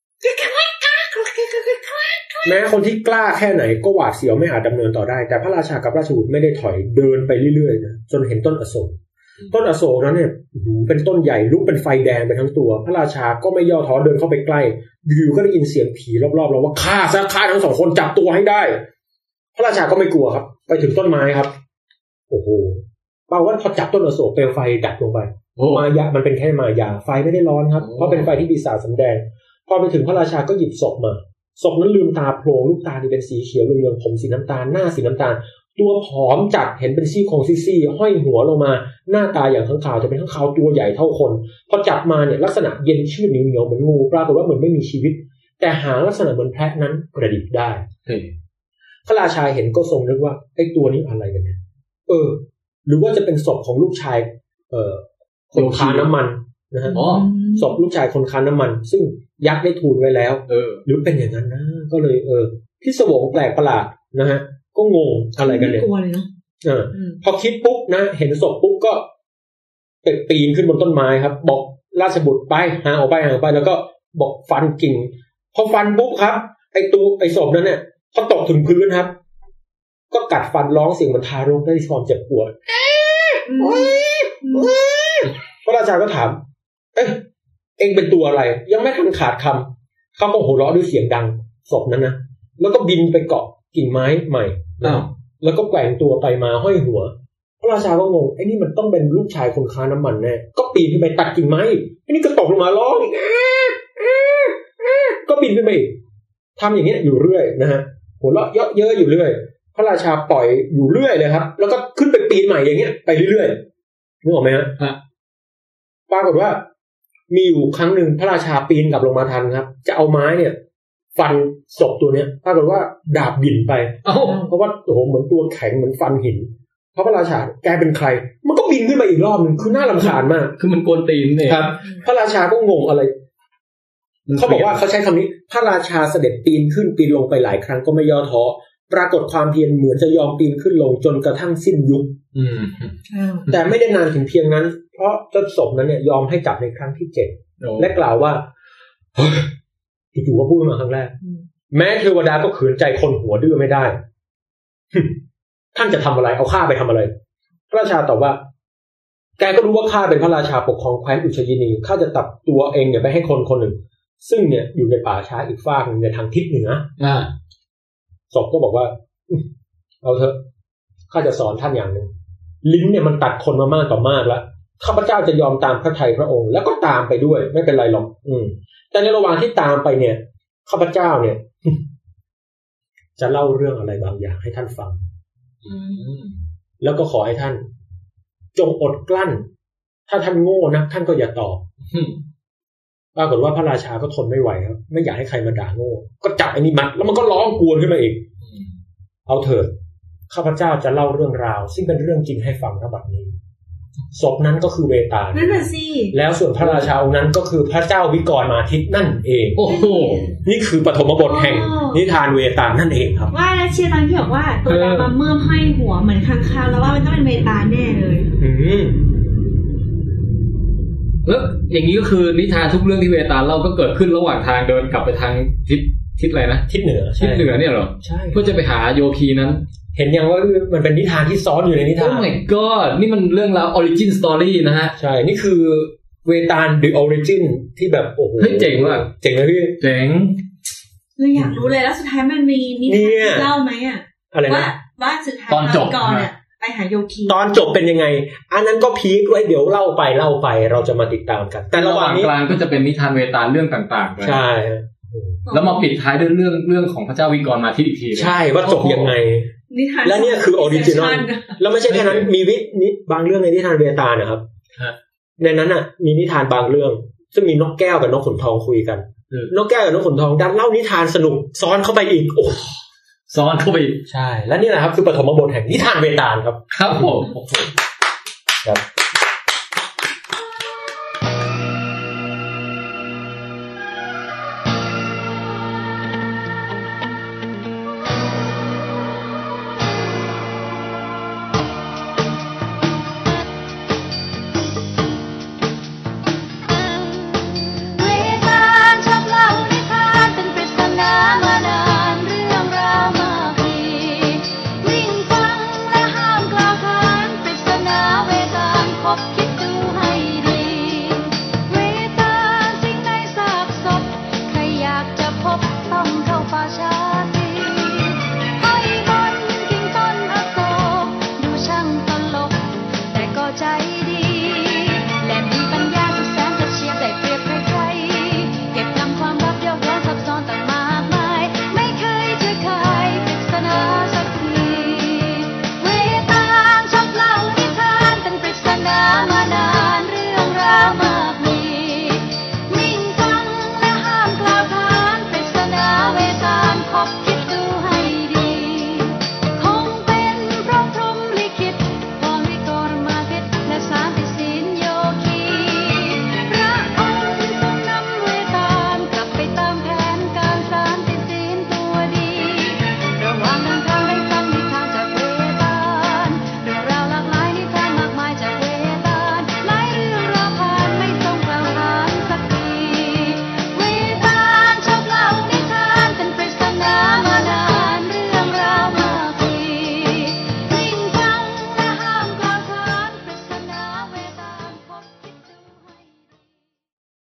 แม้คนที่กล้าแค่ไหนก็หวาดเสียวไม่อาจดำเนินต่อได้แต่พระราชากับราชบุตรไม่ได้ถอยเดินไปเรื่อยๆนะจนเห็นต้นอโศกนั้นเนี่ยเป็นต้นใหญ่ลุกเป็นไฟแดงไปทั้งตัวพระราชาก็ไม่ย่อท้อเดินเข้าไปใกล้อยู่ก็ได้ยินเสียงผีรอบๆเราว่าฆ่าทั้งสองคนจับตัวให้ได้พระราชาก็ไม่กลัวครับไปถึงต้นไม้ครับโอ้โหเปล่าว่าพอจับต้นอโศกเปลวไฟดับลงไปมายามันเป็นแค่มายาไฟไม่ได้ร้อนครับเพราะเป็นไฟที่ปีศาจสำแดงพอไปถึงพระราชาก็หยิบศพมาศพนั้นลืมตาโผล่ลูกตาที่เป็นสีเขียวเหลืองผมสีน้ำตาลหน้าสีน้ำตาลตัวผอมจัดเห็นเป็นซี่โครงซี่ห้อยหัวลงมาหน้าตาอย่างข้างขาวจะเป็นข้างขาวตัวใหญ่เท่าคนพอจับมาเนี่ยลักษณะเย็นชืดเหนียวเหมือนงูปรากฏว่าเหมือนไม่มีชีวิตแต่หางลักษณะเหมือนแพะนั้นกระดิกได้พระราชาเห็นก็ทรงนึกว่าไอ้ตัวนี้อะไรกันเนี่ยหรือว่าจะเป็นศพของลูกชายคนค้าน้ำมันนะฮะศพลูกชายคนค้าน้ำมันซึ่งยักษ์ได้ทูลไว้แล้วหรือเป็นอย่างนั้นนะก็เลยพิศวงแปลกประหลาดนะฮะก็งงอะไรกันเนี่ยพอคิดปุ๊บนะเห็นศพปุ๊บก็ปีนขึ้นบนต้นไม้ครับบอกราชบุตรไปห่างออกไปแล้วก็บอกฟันกิ่งพอฟันปุ๊บครับไอ้ศพนั้นเนี่ยพอตกถึงพื้นครับก็กัดฟันร้องเสียงเหมือนทารกได้ความเจ็บปวดพระราชาก็ถามเอ็งเป็นตัวอะไรยังไม่ทันขาดคำเขาก็โห่ร้องด้วยเสียงดังศพนั้นนะแล้วก็บินไปเกาะกิ่งไม้ใหม่แล้วก็แกว่งตัวไปมาห้อยหัวพระราชาก็งงไอ้นี่มันต้องเป็นลูกชายคนค้าน้ำมันแน่ก็ปีนขึ้นไปตัดกิ่งไม้ไอ้นี่ก็ตกลงมาร้องอีกก็บินขึ้นไปอีกทำอย่างเงี้ยอยู่เรื่อยนะฮะหัวเราะเยอะอยู่เรื่อยพระราชาปล่อยอยู่เรื่อยเลยครับแล้วก็ขึ้นไปปีนใหม่อย่างเงี้ยไปเรื่อยๆนึกออกไหมฮะปรากฏว่ามีอยู่ครั้งหนึ่งพระราชาปีนกลับลงมาทันครับจะเอาไม้เนี่ยฟันศพตัวเนี้ยปรากฏว่าดาบบิ่นไปเพราะว่าโอ้โหเหมือนตัวแข็งเหมือนฟันหินพระราชาแกเป็นใครมันก็บินขึ้นมาอีกรอบนึงคือน่ารำคาญมากคือมันโกนตีนเนี่ยครับพระราชาก็งงอะไรเขาบอกว่าเขาใช้คำนี้พระราชาเสด็จปีนขึ้นปีนลงไปหลายครั้งก็ไม่ย่อท้อปรากฏความเพียรเหมือนจะยอมปีนขึ้นลงจนกระทั่งสิ้นยุคแต่ไม่ได้นานถึงเพียงนั้นเพราะเจ้าศพนั้นเนี่ยยอมให้จับในครั้งที่7และกล่าวว่าจู่ๆก็พูดมาครั้งแรกแม้เทวดาก็ขืนใจคนหัวดื้อไม่ได้ ท่านจะทำอะไรเอาข้าไปทำอะไรพระราชาตอบว่าแกก็รู้ว่าข้าเป็นพระราชาปกครองแคว้นอุชยินีข้าจะตัดตัวเองเนี่ยไปให้คนหนึ่งซึ่งเนี่ยอยู่ในป่าช้าอีกฝากนึงในทางทิศเหนือศพก็บอกว่าเอาเถอะข้าจะสอนท่านอย่างนึงลิ้นเนี่ยมันตัดคนมามากต่อมากแล้วข้าพเจ้าจะยอมตามพระทัยพระองค์แล้วก็ตามไปด้วยไม่เป็นไรหรอกแต่ในระหว่างที่ตามไปเนี่ยข้าพเจ้าเนี่ย จะเล่าเรื่องอะไรบางอย่างให้ท่านฟังแล้วก็ขอให้ท่านจงอดกลั้นถ้าท่านโง่นะท่านก็อย่าตอบปรากฏว่าพระราชาก็ทนไม่ไหวครับไม่อยากให้ใครมาด่าโง่ก็จับไอ้นี่มัดแล้วมันก็ร้องกวนขึ้นมาอีกเอาเถิดข้าพเจ้าจะเล่าเรื่องราวซึ่งเป็นเรื่องจริงให้ฟังณบัดนี้ศพนั้นก็คือเวตาลนั่นน่ะสิแล้วส่วนพระราชาองค์นั้นก็คือพระเจ้าวิกรมาทิตนั่นเองโอ้โหนี่คือปฐมบทแห่งนิทานเวตาลนั่นเองครับว่าแล้วเชียร์ตอนที่บอกว่าตัวดำมาเมื่อห้อยหัวเหมือนค้างคาวแล้วว่ามันต้องเป็นเวตาลแน่เลยแล้วอย่างนี้ก็คือนิทานทุกเรื่องที่เวตาลเล่าก็เกิดขึ้นระหว่างทางเดินกลับไปทางทิศอะไรนะทิศเหนือเนี่ยเหรอใช่เพื่อจะไปหาโยคีนั้นเห็นยังว่ามันเป็นนิทานที่ซ้อนอยู่ในนิทาน Oh my god นี่มันเรื่องราว origin story นะฮะใช่นี่คือเวตาล the origin ที่แบบโอ้โหเจ๋งว่ะเจ๋งเลยพี่เจ๋งเลยอยากรู้เลยแล้วสุดท้ายมันมีนิทานเล่าไหมอ่ะอะไรนะว่าสุดท้ายตอนจบก่อนเนี่ยไปหาโยคีตอนจบเป็นยังไงอันนั้นก็พีคไว้เดี๋ยวเล่าไปเราจะมาติดตามกันแต่ระหว่างกลางก็จะเป็นนิทานเวตาลเรื่องต่างๆใช่แล้วมาปิดท้ายด้วยเรื่องของพระเจ้าวิกรมาทิตอีกทีใช่ว่าจบยังไงและเนี่ยคือออริจินอลแล้วไม่ใช่แค่นั้นมีบางเรื่องในนิทานเวตาลนะครับในนั้นน่ะมีนิทานบางเรื่องซึ่งมีนกแก้วกับนกขุนทองคุยกันนกแก้วกับนกขุนทองดันเล่านิทานสนุกซ้อนเข้าไปอีกโอ้ซ้อนเข้าไปอีกใช่และนี่แหละครับคือปฐมบทแห่งนิทานเวตาลครับครับผมครับ